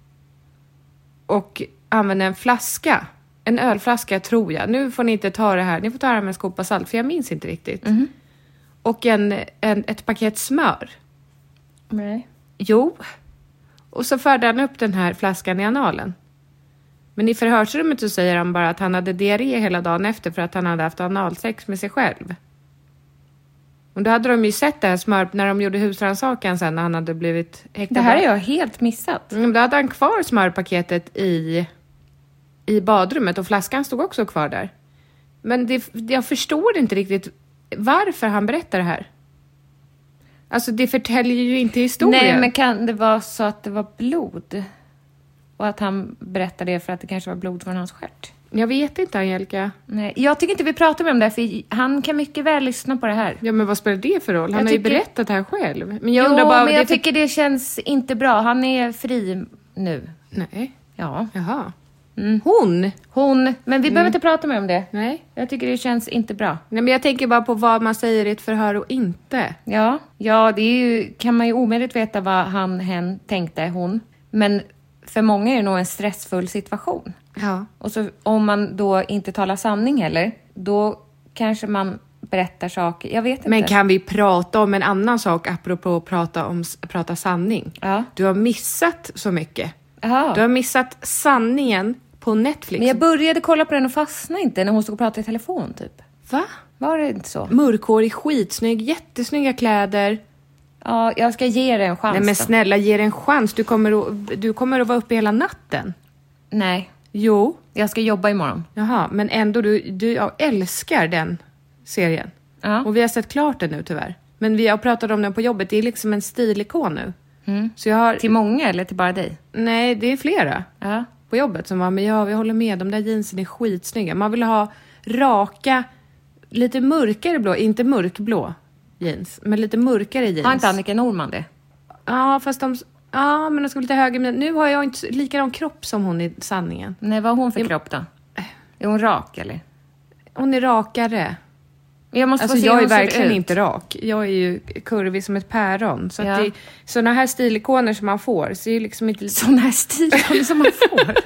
Och använde en flaska. En ölflaska tror jag. Nu får ni inte ta det här. Ni får ta det här med en skopa salt. För jag minns inte riktigt. Mm. Och en, en, ett paket smör. Nej. Jo. Och så förde han upp den här flaskan i analen. Men i förhörsrummet så säger han bara att han hade diarré hela dagen efter. För att han hade haft analsex med sig själv. Och då hade de ju sett det här smör när de gjorde husrannsakan sen när han hade blivit häktad. Det här är jag helt missat. Mm, då hade han kvar smörpaketet i, i badrummet och flaskan stod också kvar där. Men det, jag förstår inte riktigt varför han berättar det här. Alltså det förtäljer ju inte historien. Nej, men kan det vara så att det var blod? Och att han berättade det för att det kanske var blod från hans stjärt? Jag vet inte, Angelica. Nej, jag tycker inte vi pratar med om det, för han kan mycket väl lyssna på det här. Ja, men vad spelar det för roll? Han jag har tycker... ju berättat det här själv. Men jag jo, undrar bara... men jag det... tycker det känns inte bra. Han är fri nu. Nej. Ja. Jaha. Mm. Hon? Hon. Men vi Mm. behöver inte prata mer om det. Nej. Jag tycker det känns inte bra. Nej, men jag tänker bara på vad man säger i ett förhör och inte. Ja, ja det är ju, kan man ju omöjligt veta vad han, hen tänkte, hon. Men för många är det nog en stressfull situation. Ja. Och så om man då inte talar sanning heller, då kanske man berättar saker. Jag vet inte. Men kan vi prata om en annan sak apropå att prata, om, prata sanning? Ja. Du har missat så mycket. Aha. Du har missat sanningen på Netflix. Men jag började kolla på den och fastnade inte när hon stod och pratade i telefon typ. Va? Var det inte så? Mörkhårig, skitsnygg, jättesnygga kläder. Ja, jag ska ge det en chans. Nej men då. snälla, ge det en chans. Du kommer att, du kommer att vara uppe hela natten. Nej, Jo. jag ska jobba imorgon. Jaha, men ändå, du, du jag älskar den serien. Ja. Och vi har sett klart den nu tyvärr. Men vi har pratat om den på jobbet. Det är liksom en stilikon nu. Mm. Så jag har... Till många eller till bara dig? Nej, det är flera Ja. på jobbet som var, men ja, vi håller med. De där jeansen är skitsnygga. Man vill ha raka, lite mörkare blå, inte mörkblå jeans, men lite mörkare jeans. Har inte Annika Norman det? Ja, fast de... Ja, men de ska vara lite högre. Men nu har jag inte likadan kropp som hon i sanningen. Nej, vad har hon för Jag- kropp då? Är hon rak eller? Hon är rakare. Jag måste Alltså få se jag hur är hon ser verkligen ut. inte rak. Jag är ju kurvig som ett päron. Så Ja. att det, såna här stilikoner som man får ser ju liksom inte... Sån här stil som man får.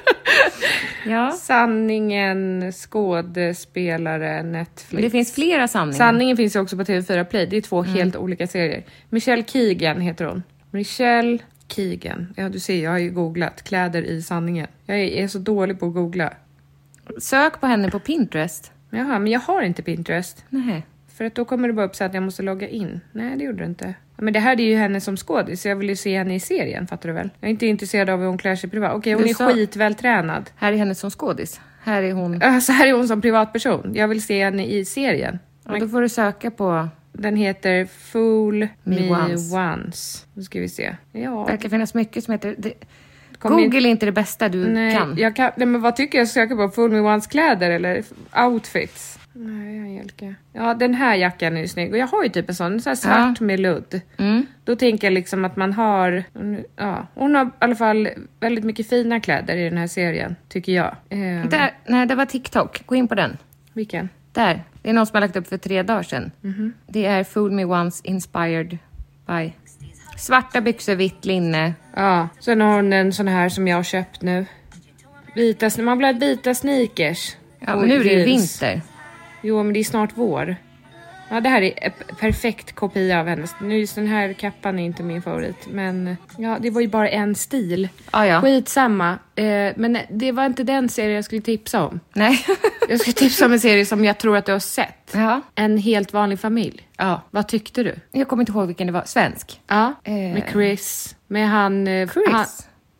Ja. Sanningen, skådespelare, Netflix. Men det finns flera sanningar. Sanningen finns ju också på T V fyra Play. Det är två helt olika serier. Michelle Keegan heter hon. Michelle Keegan. Ja, du ser, jag har ju googlat. Kläder i sanningen. Jag är, är så dålig på att googla. Sök på henne på Pinterest. Jaha, men jag har inte Pinterest. Nej. För att då kommer det bara upp så att jag måste logga in. Nej, det gjorde det inte. Ja, men det här är ju henne som skådis. Så jag vill ju se henne i serien, fattar du väl? Jag är inte intresserad av hur hon klär sig privat. Okej, hon Du är sa- skitvältränad. Här är henne som skådis. Här är hon. Äh, Så här är hon som privatperson. Jag vill se henne i serien. Ja, då får du söka på... Den heter Fool Me, Me Once. Once. Nu ska vi se. Ja. Det verkar finnas mycket som heter... Det... Kommer Google är inte det bästa du Nej, kan. jag kan. Nej, men vad tycker jag? Söka på Fool Me Once kläder eller outfits? Nej, Angelica. Ja, den här jackan är ju snygg. Och jag har ju typ en sån, en sån här svart Ja. med ludd. Mm. Då tänker jag liksom att man har... Ja, hon har i alla fall väldigt mycket fina kläder i den här serien, tycker jag. Ehm, Där, nej, det var TikTok. Gå in på den. Vilken? Där. Det är någon som har lagt upp för tre dagar sedan. Mhm. Det är Fool Me Once inspired by... Svarta byxor, vitt linne. Ja, sen har hon en sån här som jag har köpt nu. Vita, sn- man vill ha vita sneakers. Ja, Och men nu är det ju jeans. vinter. Jo, men det är snart vår. Ja, det här är en perfekt kopia av hennes. Nu just den här kappan är inte min favorit. Men ja, det var ju bara en stil. Ja, ja. Skitsamma. Eh, men det var inte den serien jag skulle tipsa om. Nej. Jag skulle tipsa om en serie som jag tror att du har sett. Ja. En helt vanlig familj. Ja. Vad tyckte du? Jag kommer inte ihåg vilken det var. Svensk. Ja, Eh. med Chris. Med han... eh, Chris. Han,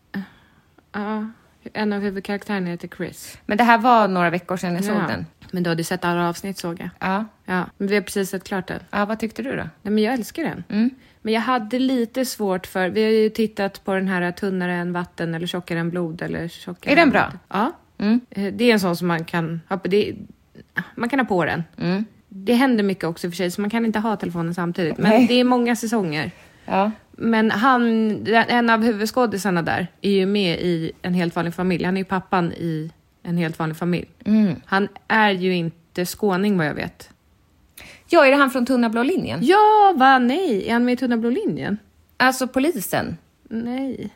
ja, en av huvudkaraktärerna heter Chris. Men det här var några veckor sedan jag såg Ja. den. Men du hade sett alla avsnitt, såg jag. Ja. Ja, men vi har precis sett klart den. Ja, vad tyckte du då? Nej, men jag älskar den. Mm. Men jag hade lite svårt för... Vi har ju tittat på den här tunnare än vatten eller tjockare än blod eller tjockare Är den än bra? vatten. Ja. Mm. Eh, Det är en sån som man kan ha på... Det, man kan ha på den. Mm. Det händer mycket också för sig, så man kan inte ha telefonen samtidigt. Men Nej. det är många säsonger. Ja. Men han, en av huvudskådisarna där, är ju med i En helt vanlig familj. Han är ju pappan i En helt vanlig familj. Mm. Han är ju inte skåning, vad jag vet. Ja, är det han från Tunna blå linjen? Ja, va? Nej. Är han med i Tunna blå linjen? Alltså polisen. Nej.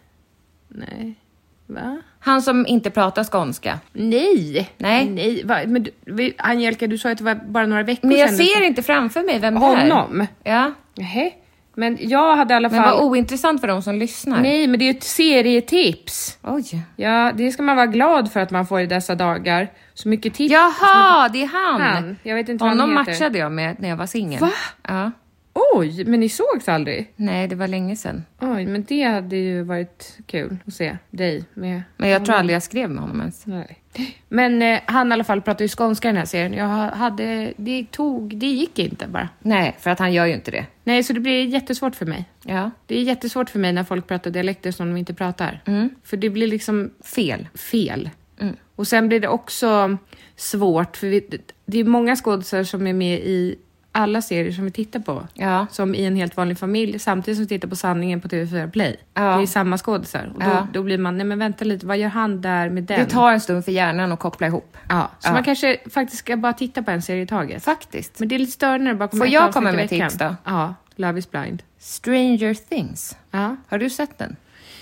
Nej. Va? Han som inte pratar skånska. Nej. Nej. Nej. Va? Men du, vi, Angelica, du sa att det var bara några veckor Men jag sedan. ser inte framför mig vem det är. Honom? Ja. Nej. Men jag hade i alla fall... Men vad ointressant för de som lyssnar. Nej, men det är ju ett serietips. Oj. Ja, det ska man vara glad för att man får i dessa dagar. Så mycket tips. Jaha, det är han. Han. Jag vet inte vad Honom han heter. matchade jag med när jag var singel. Va? Ja. Oj, men ni sågs aldrig? Nej, det var länge sedan. Oj, men det hade ju varit kul att se dig med. Men jag tror aldrig jag skrev med honom ens. Nej. Men eh, han i alla fall pratar ju skånska i den här serien. Jag hade, det tog, det gick inte bara. Nej, för att han gör ju inte det. Nej, så det blir jättesvårt för mig. Ja. Det är jättesvårt för mig när folk pratar dialekter som de inte pratar. Mm. För det blir liksom Fel. fel. Mm. Och sen blir det också svårt, för vi, det är många skådespelare som är med i alla serier som vi tittar på. Ja. Som i En helt vanlig familj, samtidigt som vi tittar på Sanningen på T V fyra Play. Ja. Det är samma skådespelare. Och då, Ja. då blir man, nej men vänta lite, vad gör han där med den? Det tar en stund för hjärnan att koppla ihop. Ja, så Ja. man kanske faktiskt ska bara titta på en serie i taget. Faktiskt. Men det är lite större när det bara kommer Får ett jag avsnitt komma i med veckan. tips då? Ja, Love is blind. Stranger Things. Ja. Har du sett den?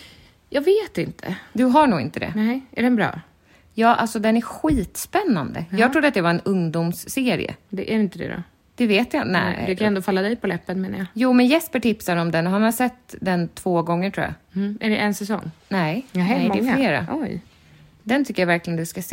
Jag vet inte. Du har nog inte det. Nej, är den bra? Ja, alltså den är skitspännande. Jag trodde att det var en ungdomsserie. Det är inte det då? Det vet jag. Nej. Det kan ändå falla dig på läppen, menar jag. Jo, men Jesper tipsar om den. Han har sett den två gånger, tror jag. Mm. Är det en säsong? Nej, Jaha, Nej det är många. flera. Oj. Den tycker jag verkligen du ska se.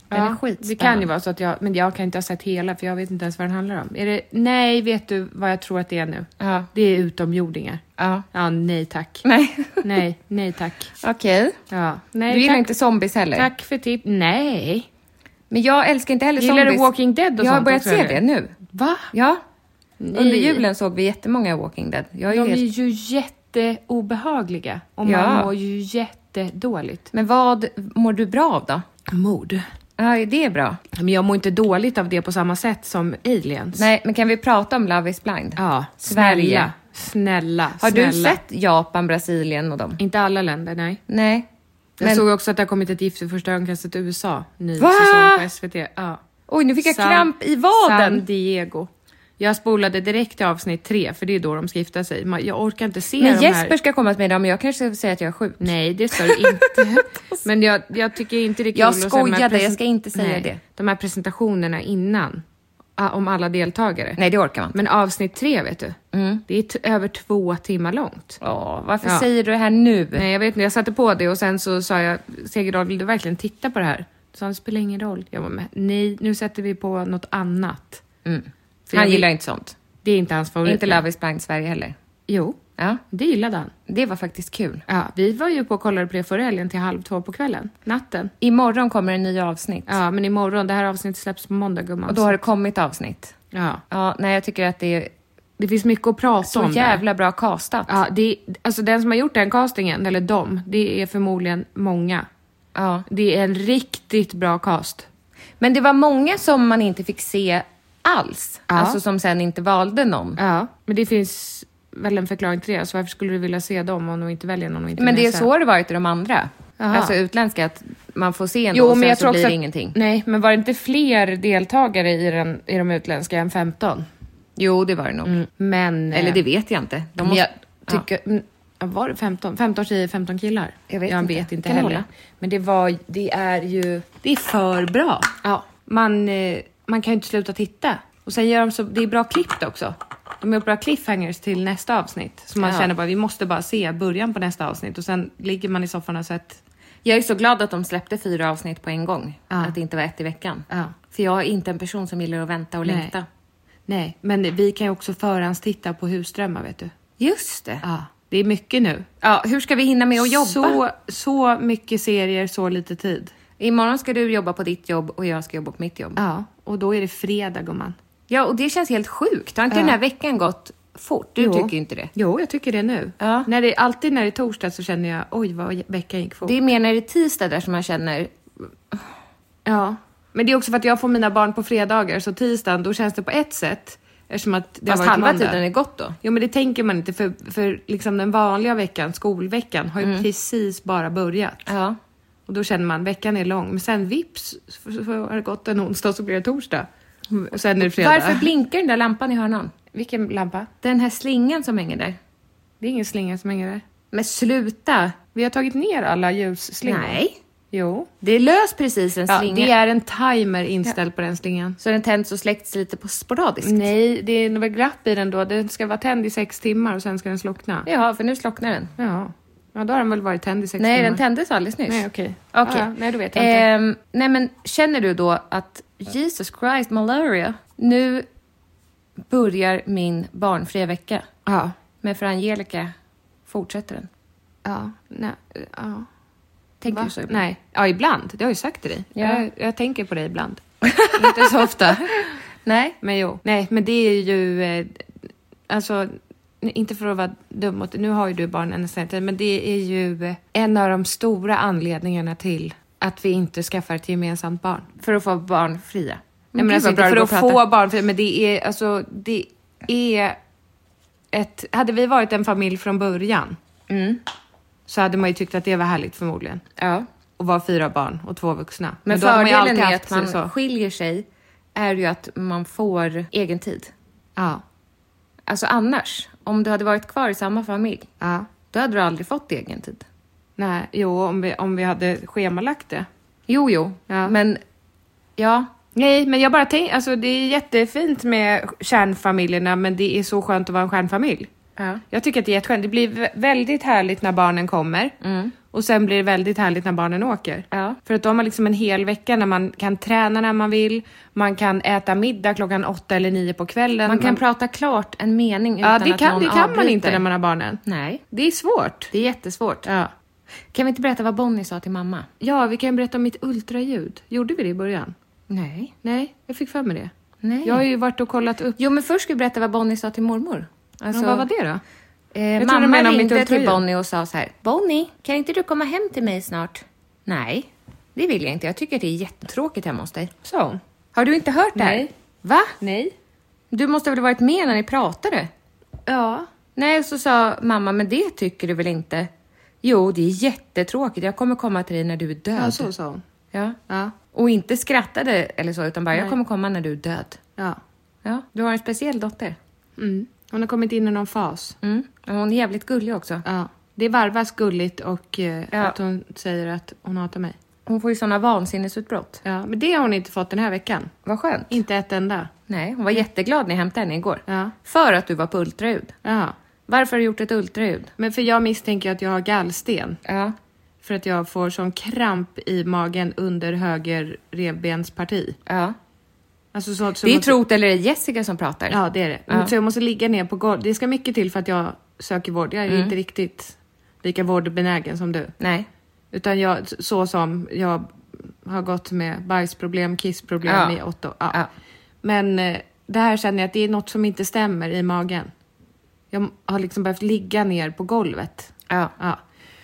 Den är Ja, skitspännande. det kan ju vara så att jag... Men jag kan inte ha sett hela, för jag vet inte ens vad den handlar om. Är det... Nej, vet du vad jag tror att det är nu? Ja. Det är utomjordingar. Ja. Ja, nej tack. Nej. Nej, nej tack. Okej. Ja. Nej, Du gillar tack. inte zombies heller? Tack för tips. Nej. Men jag älskar inte heller Gillar zombies. du Walking Dead och Jag har sånt börjat också, se eller? det nu. Va? Ja. Nej. Under julen såg vi jättemånga Walking Dead. Jag är De ju är helt... ju jätteobehagliga. Och man Ja. mår ju jättedåligt. Men vad mår du bra av då? Mord. Ja, det är bra. Men jag mår inte dåligt av det på samma sätt som aliens. Nej, men kan vi prata om Love is blind? Ja, Sverige. Snälla, snälla. Har snälla. du sett Japan, Brasilien och dem? Inte alla länder, nej. Nej. Jag Men... såg också att det har kommit ett Gift vid första ögonkastet i U S A. Ny Va? säsong på S V T. Ja. Oj, nu fick jag San- kramp i vaden. San Diego. Jag spolade direkt till avsnitt tre, för det är då de ska gifta sig. Man- Jag orkar inte se Men de Jesper här... ska komma med dem, men jag kanske ska säga att jag är sjuk. Nej, det ska du inte. Men jag, jag tycker inte det är kul. Jag att se de här skojade, present- jag ska inte säga Nej, det. De här presentationerna innan. ah, Om alla deltagare. Nej, det orkar man inte. Men avsnitt tre, vet du. Mm. Det är t- över två timmar långt. Åh, varför Ja. säger du det här nu? Nej, jag vet inte. Jag satte på det och sen så sa jag, Segerdahl, vill du verkligen titta på det här? Så han, det spelar ingen roll. Jag var med. Nej, nu sätter vi på något annat. Mm. För Han jag vill- gillar inte sånt. Det är inte hans favorit. Inte Love is blind Sverige heller. Jo, Ja, det gillade han. det var faktiskt kul. Ja, vi var ju på och kollade på det förra helgen till halv två på kvällen. Natten. Imorgon kommer en ny avsnitt. Ja, men imorgon. Det här avsnittet släpps på måndag, gumman. Och då har det kommit avsnitt. Ja. Ja, nej, jag tycker att det är Det finns mycket att prata så om jävla bra castat. där. Ja, det är, alltså den som har gjort den castingen, eller de, det är förmodligen många. Ja. Det är en riktigt bra cast. Men det var många som man inte fick se alls. Ja. Alltså som sen inte valde någon. Ja, men det finns väl en förklaring till det. Så varför skulle du vilja se dem om de inte väljer någon och inte Men det vill är se? så det varit i de andra. Jaha. Alltså utländska, att man får se en Jo, och sen men jag så tror blir också det att, ingenting. Nej, men var det inte fler deltagare i, den, i de utländska än femton? Jo, det var det nog. Mm. Men... Eller eh, det vet jag inte. De men måste... jag tycker... mm, ja, var det femton? femton tjejer, femton killar? Jag vet jag inte. vet inte Kan det heller. hålla? Men det var... Det är ju... Det är för bra. Ja. Man, eh, man kan ju inte sluta titta. Och sen gör de så... Det är bra klippt också. De gör bra cliffhangers till nästa avsnitt. Så man Ja. känner bara, vi måste bara se början på nästa avsnitt. Och sen ligger man i soffan och sett... Jag är så glad att de släppte fyra avsnitt på en gång. Ja. Att det inte var ett i veckan. Ja. För jag är inte en person som gillar att vänta och Nej. längta. Nej, men vi kan ju också förhandstitta på husdrömmar, vet du. Just det. Ja, det är mycket nu. Ja, hur ska vi hinna med att jobba? Så, så mycket serier, så lite tid. Imorgon ska du jobba på ditt jobb och jag ska jobba på mitt jobb. Ja, och då är det fredag, gumman. Ja, och det känns helt sjukt. Har inte Ja. den här veckan gått fort? Du Jo. tycker ju inte det. Jo, jag tycker det nu. Ja. När det, alltid när det är torsdag så känner jag, oj vad veckan gick fort. Det är mer när det är tisdag där som man känner... Ja, men det är också för att jag får mina barn på fredagar, så tisdagen, då känns det på ett sätt. Eftersom att det Fast har varit halva måndag. tiden är gott då. Jo, men det tänker man inte, för, för liksom den vanliga veckan, skolveckan, har ju Mm. precis bara börjat. Ja. Och då känner man, veckan är lång. Men sen vips, så så har det gått en onsdag så blir det torsdag. Och sen är det fredag. Varför blinkar den där lampan i hörnan? Vilken lampa? Den här slingan som hänger där. Det är ingen slinga som hänger där. Men sluta! Vi har tagit ner alla ljusslingor. Nej. Jo. Det är lös precis en Ja, slinga. det är en timer inställd på den slingan. Så den tänds och släcks lite på sporadiskt. Nej, det är något glapp i den då. Den ska vara tänd i sex timmar och sen ska den slockna. Ja, för nu slocknar den. Ja. Ja, då har den väl varit tänd i sex Nej, timmar. den tändes alldeles nyss. Nej, okej. Okej. Ja, nej, då vet jag inte. Ehm, nej, men känner du då att Jesus Christ, malaria, nu börjar min barnfria vecka. Ja. Men för Angelica fortsätter den. Ja. Nej. Ja. Tänker Va? du så ibland? Nej. Ja, ibland. Det har jag ju sagt till dig. Ja. Jag, jag tänker på dig ibland. Inte så ofta. Nej. Men jo. Nej, men det är ju... Eh, alltså, inte för att vara dum mot... Nu har ju du barn en tid, men det är ju eh, en av de stora anledningarna till att vi inte skaffar ett gemensamt barn. För att få barnfria. Nej, men alltså inte för att få barn, men det är... Alltså, det är ett... Hade vi varit en familj från början Mm. så hade man ju tyckt att det var härligt förmodligen. Ja. Och vara fyra barn och två vuxna. Men då hade man ju fördelen alltid med haft att man så. skiljer sig är ju att man får egen tid. Ja. Alltså annars, om du hade varit kvar i samma familj, Ja. då hade du aldrig fått egen tid. Nej, jo, om vi, om vi hade schemalagt det. Jo, jo. Ja. Men, ja. Nej, men jag bara tänker, alltså det är jättefint med kärnfamiljerna, men det är så skönt att vara en kärnfamilj. Ja. Jag tycker att det är jätteskönt. Det blir vä- väldigt härligt när barnen kommer. Mm. Och sen blir det väldigt härligt när barnen åker. Ja. För att de har liksom en hel vecka när man kan träna när man vill. Man kan äta middag klockan åtta eller nio på kvällen. Man kan man... prata klart en mening utan ja, det att kan, någon det kan avbryter. man inte när man har barnen. Nej. Det är svårt. Det är jättesvårt. Ja. Kan vi inte berätta vad Bonnie sa till mamma? Ja, vi kan berätta om mitt ultraljud. Gjorde vi det i början? Nej. Nej, jag fick för mig det. Nej. Jag har ju varit och kollat upp. Jo, men först ska vi berätta vad Bonnie sa till mormor. Alltså, Men vad var det då? Eh, Jag tror de mamma menar om mitt ringde till ultraljud. Bonnie och sa så här: Bonnie, kan inte du komma hem till mig snart? Nej, det vill jag inte. Jag tycker att det är jättetråkigt hemma hos dig. Så. Har du inte hört det här? Nej. Va? Nej. Du måste väl ha varit med när ni pratade? Ja. Nej, så sa mamma, men det tycker du väl inte? Jo, det är jättetråkigt. Jag kommer komma till dig när du är död. Ja, så sa hon. Ja. Ja. Och inte skrattade eller så, utan bara, Nej. jag kommer komma när du är död. Ja. Ja, du har en speciell dotter. Mm. Hon har kommit in i någon fas. Mm. Och hon är jävligt gullig också. Ja. Det varvas gulligt och eh, Ja. att hon säger att hon hatar mig. Hon får ju såna vansinnesutbrott. Ja, men det har hon inte fått den här veckan. Vad skönt. Inte ett enda. Nej, hon var jätteglad när jag hämtade henne igår. Ja. För att du var på ultraljud. Ja. Varför har du gjort ett ultraljud? Men för jag misstänker att jag har gallsten. Ja. För att jag får sån kramp i magen under höger revbensparti. Ja. Alltså så, så Det är måste... Trot eller är det Jessica som pratar? Ja, det är det. Ja. Så jag måste ligga ner på golvet. Det ska mycket till för att jag söker vård. Jag är Mm. inte riktigt lika vårdbenägen som du. Nej. Utan jag, så som jag har gått med bajsproblem, kissproblem Ja. i åtta år. Ja. Ja. Men eh, det här känner jag att det är något som inte stämmer i magen. Jag har liksom behövt ligga ner på golvet. Ja. Ja.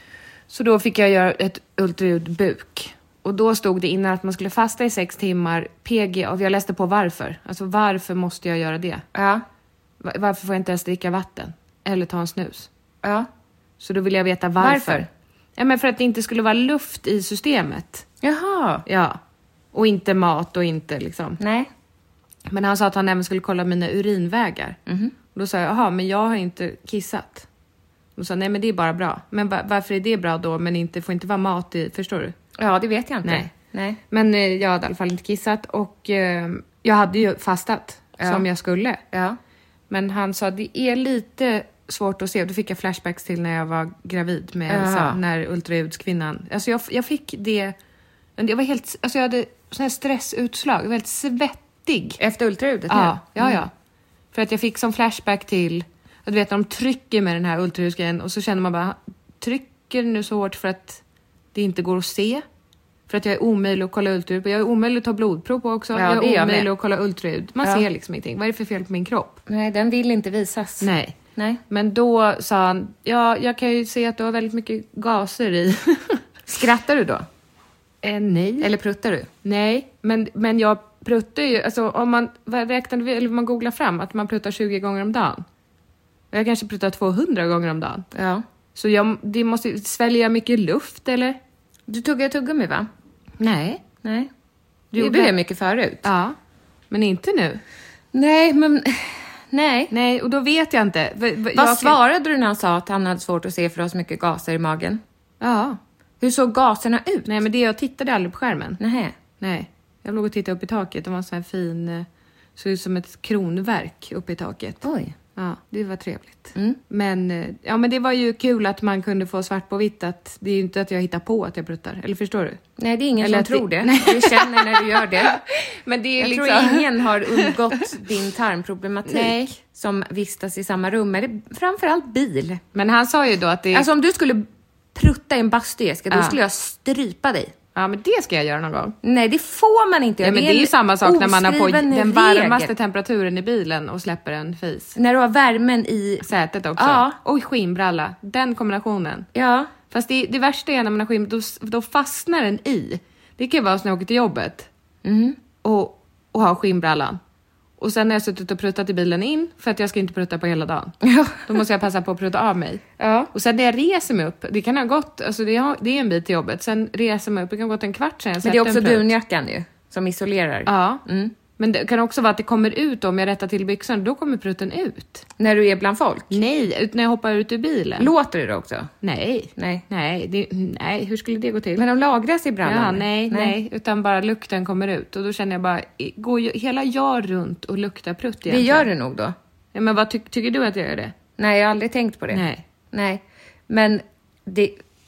Så då fick jag göra ett ultraljud buk. Och då stod det innan att man skulle fasta i sex timmar, P G, och jag läste på varför. Alltså varför måste jag göra det? Ja. Va- Varför får jag inte ens dricka vatten? Eller ta en snus? Ja. Så då vill jag veta varför. Varför? Ja, men för att det inte skulle vara luft i systemet. Jaha. Ja. Och inte mat och inte liksom. Nej. Men han sa att han även skulle kolla mina urinvägar. Mhm. Och då sa jag, jaha, men jag har inte kissat. Och då sa han, nej men det är bara bra. Men va- varför är det bra då, men inte får inte vara mat i, förstår du? Ja, det vet jag inte. Nej. Nej. Men eh, jag hade i alla fall inte kissat och eh, jag hade ju fastat Ja. som jag skulle. Ja. Men han sa, det är lite svårt att se. Då fick jag flashbacks till när jag var gravid med Jaha. Elsa, när ultraljudskvinnan. Alltså jag, jag fick det, jag var helt, alltså jag hade sån här stressutslag, jag var helt svettig. Efter ultraljudet Ja, nu? ja, ja. För att jag fick som flashback till, att du vet, de trycker med den här ultraljudsgrejen och så känner man bara, trycker nu så hårt för att det inte går att se. För att jag är omöjlig att kolla ultraljud på. Jag är omöjlig att ta blodprov på också. Ja, jag det är är jag omöjlig med. att kolla ultraljud. Man Ja. ser liksom ingenting. Vad är det för fel på min kropp? Nej, den vill inte visas. Nej. Nej. Men då sa han, ja, jag kan ju se att du har väldigt mycket gaser i. Skrattar du då? eh, nej. Eller pruttar du? Nej, men, men jag pruttar ju, alltså om man vad räknar vi, eller man googlar fram att man pruttar tjugo gånger om dagen. Och jag kanske pruttar tvåhundra gånger om dagen. Ja. Så jag, det måste svälja mycket luft, eller? Du tuggar tuggummi, va? Nej. Nej. Du Jo, gjorde det- det mycket förut? Ja, men inte nu. Nej, men... Nej. Nej, och då vet jag inte. V- v- Vad jag- svarade du när han sa att han hade svårt att se för att ha så mycket gaser i magen? Ja. Hur såg gaserna ut? Nej, men det jag tittade aldrig på skärmen. Nej. Nej. Jag låg och tittade upp i taket. Det var en sån här fin, eh, såg ut som ett kronverk uppe i taket. Oj. Ja, det var trevligt. Mm. Men, eh, ja, men det var ju kul att man kunde få svart på vitt att det är ju inte att jag hittar på att jag pruttar. Eller förstår du? Nej, det är ingen Eller som att det- tror det. Nej. Du känner när du gör det. Men det är Jag liksom... tror ingen har undgått din tarmproblematik Nej. som vistas i samma rum. Eller framförallt bil. Men han sa ju då att det... Alltså om du skulle prutta i en bastu, Jessica, då Ja. skulle jag strypa dig. Ja, men det ska jag göra någon gång. Nej, det får man inte Ja, göra. men det är ju en samma sak när man har på oskriven den regel. varmaste temperaturen i bilen och släpper en fis. När du har värmen i... Sätet också. Ja. Och skinnbralla. Den kombinationen. Ja. Fast det, det värsta är när man har skinn, då, då fastnar den i. Det kan ju vara när jag åker till jobbet. Mm. Och, och har skinnbrallan. Och sen har jag suttit och pruttat i bilen in. För att jag ska inte prutta på hela dagen. Ja. Då måste jag passa på att prutta av mig. Ja. Och sen när jag reser mig upp. Det kan ha gått, alltså det, har, det är en bit till jobbet. Sen reser mig upp, det kan ha gått en kvart sen jag Men det är sätter också en prutt. dunjackan ju, som isolerar. Ja. Mm. Men det kan också vara att det kommer ut om jag rättar till byxan. Då kommer prutten ut. När du är bland folk. Nej, ut när jag hoppar ut ur bilen. Låter det då också? Nej. Nej. Nej, det, nej, hur skulle det gå till? Men de lagras i Ja, brallan? nej, nej, utan bara lukten kommer ut. Och då känner jag bara, går ju hela jag runt och luktar prutt Det egentligen? gör det nog då. Ja, men vad ty- tycker du att jag gör det? Nej, jag har aldrig tänkt på det. Nej. Nej. Men det...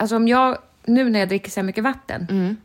Alltså om jag, nu när jag dricker så här mycket vatten, mm.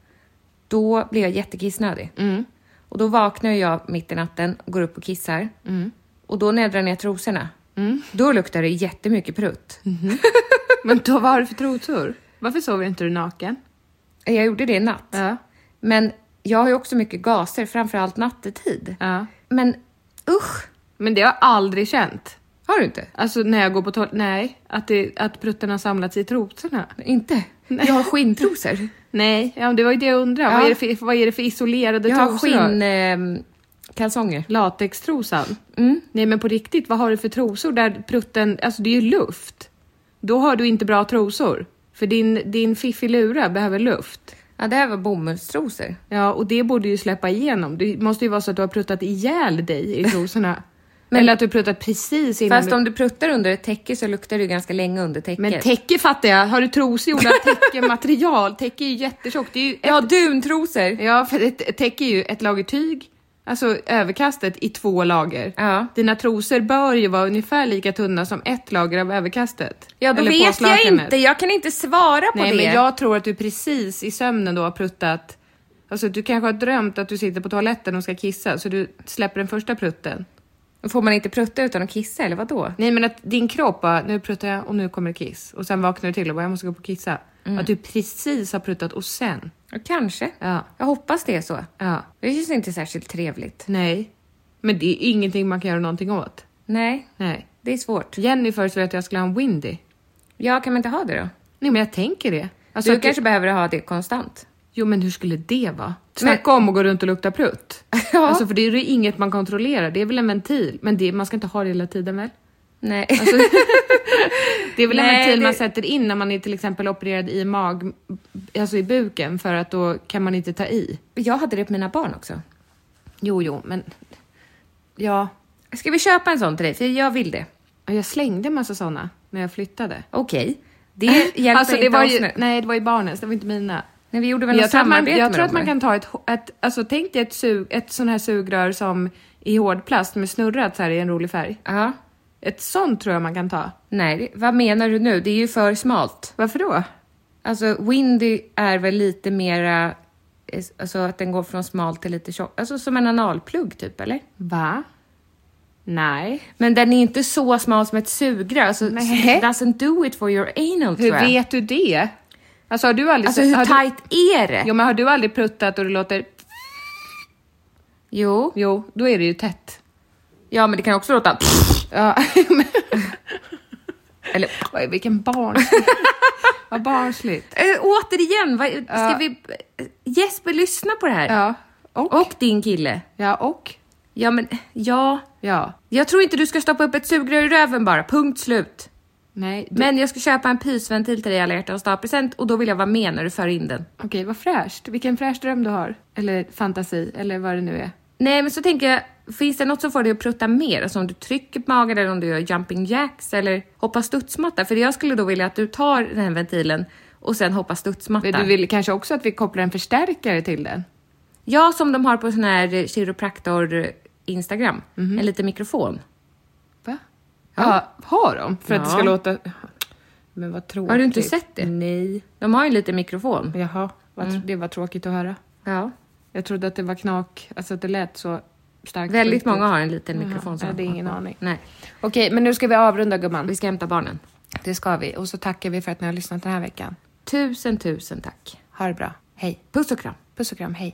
då blir jag jättekissnödig. Mm. Och då vaknar jag mitt i natten, går upp och kissar. Mm. Och då när jag drar ner trosorna, mm. då luktar det jättemycket prutt. Mm. Men då, vad har du för trosor? Varför sover inte du naken? Jag gjorde det i natt. Ja. Men jag har ju också mycket gaser, framförallt nattetid. Ja. Men usch! Men det har jag aldrig känt. Har du inte? Alltså när jag går på toaletten, nej. Att, det, att prutten har samlats i trosorna. Inte? Nej. Jag har skinntrosor. Nej, ja, det var ju det jag undrar. Ja. Vad, är det för, vad är det för isolerade jag trosor? Jag har skinn... Eh, kalsonger. Latextrosan? Mm. Nej, men på riktigt, vad har du för trosor där prutten... Alltså det är ju luft. Då har du inte bra trosor. För din, din fiffilura behöver luft. Ja, det här var bomullstrosor. Ja, och det borde ju släppa igenom. Det måste ju vara så att du har pruttat ihjäl dig i trosorna. Men, eller att du pruttat precis innan... Fast du... om du pruttar under ett täcke så luktar det ju ganska länge under täcket. Men täcke fattar jag. Har du trosor gjorda täckematerial? Täcke är ju jättetjockt. Det är ju ett... Ja, duntrosor. Ja, för ett täcke är ju ett lager tyg. Alltså överkastet i två lager. Ja. Dina trosor bör ju vara ungefär lika tunna som ett lager av överkastet. Ja, då eller vet jag inte. Jag kan inte svara på Nej, det. Nej, men jag tror att du precis i sömnen då har pruttat. Alltså du kanske har drömt att du sitter på toaletten och ska kissa. Så du släpper den första prutten. Får man inte prutta utan att kissa, eller vad då? Nej, men att din kropp bara, nu pruttar jag och nu kommer det kiss. Och sen vaknar du till och bara, jag måste gå på kissa. Mm. Att du precis har pruttat och sen. Ja, kanske. Ja. Jag hoppas det är så. Ja. Det känns inte särskilt trevligt. Nej. Men det är ingenting man kan göra någonting åt. Nej. Nej. Det är svårt. Jenny föreslår att jag skulle ha en Windy. Ja, kan man inte ha det då? Nej, men jag tänker det. Alltså, du kanske du... behöver ha det konstant. Jo, men hur skulle det vara? Snacka om att gå runt och lukta prutt. Ja. Alltså, för det är ju inget man kontrollerar. Det är väl en ventil. Men det, man ska inte ha det hela tiden väl? Nej. Alltså, det är väl Nej, en ventil det... man sätter in när man är till exempel opererad i mag... Alltså i buken. För att då kan man inte ta i. Jag hade det på mina barn också. Jo, jo, men... Ja. Ska vi köpa en sån till dig? För jag vill det. Jag slängde en massa såna när jag flyttade. Okej. Okay. Det hjälper alltså, det inte var oss ju, nu. Nej, det var ju barnens. Det var inte mina. Nej, vi gjorde väl något samarbete man, Jag med tror att man här. kan ta ett... ett alltså, tänk dig ett, sug, ett sån här sugrör som i hårdplast med snurrat så här i en rolig färg. Ja. Ett sånt tror jag man kan ta. Nej, vad menar du nu? Det är ju för smalt. Varför då? Alltså, Windy är väl lite mera... Alltså att den går från smal till lite tjock. Alltså som en analplugg typ, eller? Va? Nej. Men den är inte så smal som ett sugrör. Alltså, Nej. Doesn't do it for your anal, Hur vet du det? Alltså har du aldrig... Alltså hur tajt du... är det? Jo, men har du aldrig pruttat och det låter... Jo. Jo, då är det ju tätt. Ja, men det kan också låta... Ja. Eller... Oj, vilken barn. Vad barnsligt. Äh, återigen, vad... ska ja. vi... Jesper, lyssna på det här. Ja. Och? Och din kille. Ja, och? Ja, men... Ja. Ja. Jag tror inte du ska stoppa upp ett sugrör i röven bara. Punkt slut. Nej. Du... Men jag ska köpa en pysventil till dig alla hjärtans dagpresent och då vill jag vara med när du för in den. Okej, vad fräscht. Vilken fräsch dröm du har. Eller fantasi, eller vad det nu är. Nej, men så tänker jag, finns det något som får dig att prutta mer? Alltså om du trycker på magen eller om du gör jumping jacks eller hoppar studsmatta. För jag skulle då vilja att du tar den här ventilen och sen hoppar studsmatta. Du vill kanske också att vi kopplar en förstärkare till den? Ja, som de har på sån här kiropraktor Instagram. Mm-hmm. En liten mikrofon. Va? Ja, ja har de? För ja. att det ska låta... Men vad tråkigt. Har du inte sett det? Nej. De har ju en liten mikrofon. Jaha, mm. Det var tråkigt att höra. Ja. Jag trodde att det var knak, alltså att det lät så starkt. Väldigt många har en liten mikrofon. Jaha, jag hade ingen aning. Nej. Okej, men nu ska vi avrunda, gumman. Vi ska hämta barnen. Det ska vi. Och så tackar vi för att ni har lyssnat den här veckan. Tusen, tusen tack. Ha det bra. Hej. Puss och kram. Puss och kram, hej.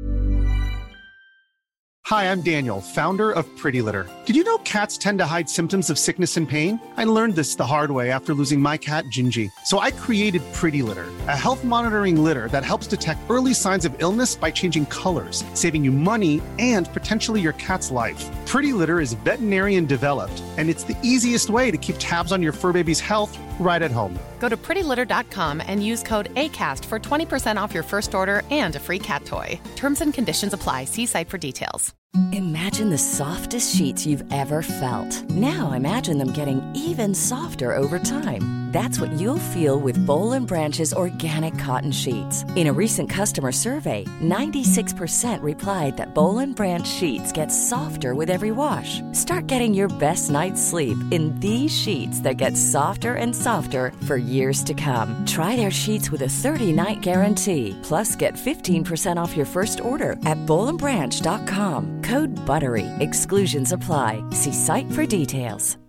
Hi, I'm Daniel, founder of Pretty Litter. Did you know cats tend to hide symptoms of sickness and pain? I learned this the hard way after losing my cat, Gingy. So I created Pretty Litter, a health monitoring litter that helps detect early signs of illness by changing colors, saving you money and potentially your cat's life. Pretty Litter is veterinarian developed, and it's the easiest way to keep tabs on your fur baby's health right at home. Go to pretty litter dot com and use code ACAST for twenty percent off your first order and a free cat toy. Terms and conditions apply. See site for details. Imagine the softest sheets you've ever felt. Now imagine them getting even softer over time. That's what you'll feel with Bowl and Branch's organic cotton sheets. In a recent customer survey, ninety-six percent replied that Bowl and Branch sheets get softer with every wash. Start getting your best night's sleep in these sheets that get softer and softer for years to come. Try their sheets with a thirty-night guarantee. Plus, get fifteen percent off your first order at bowl and branch dot com. Code BUTTERY. Exclusions apply. See site for details.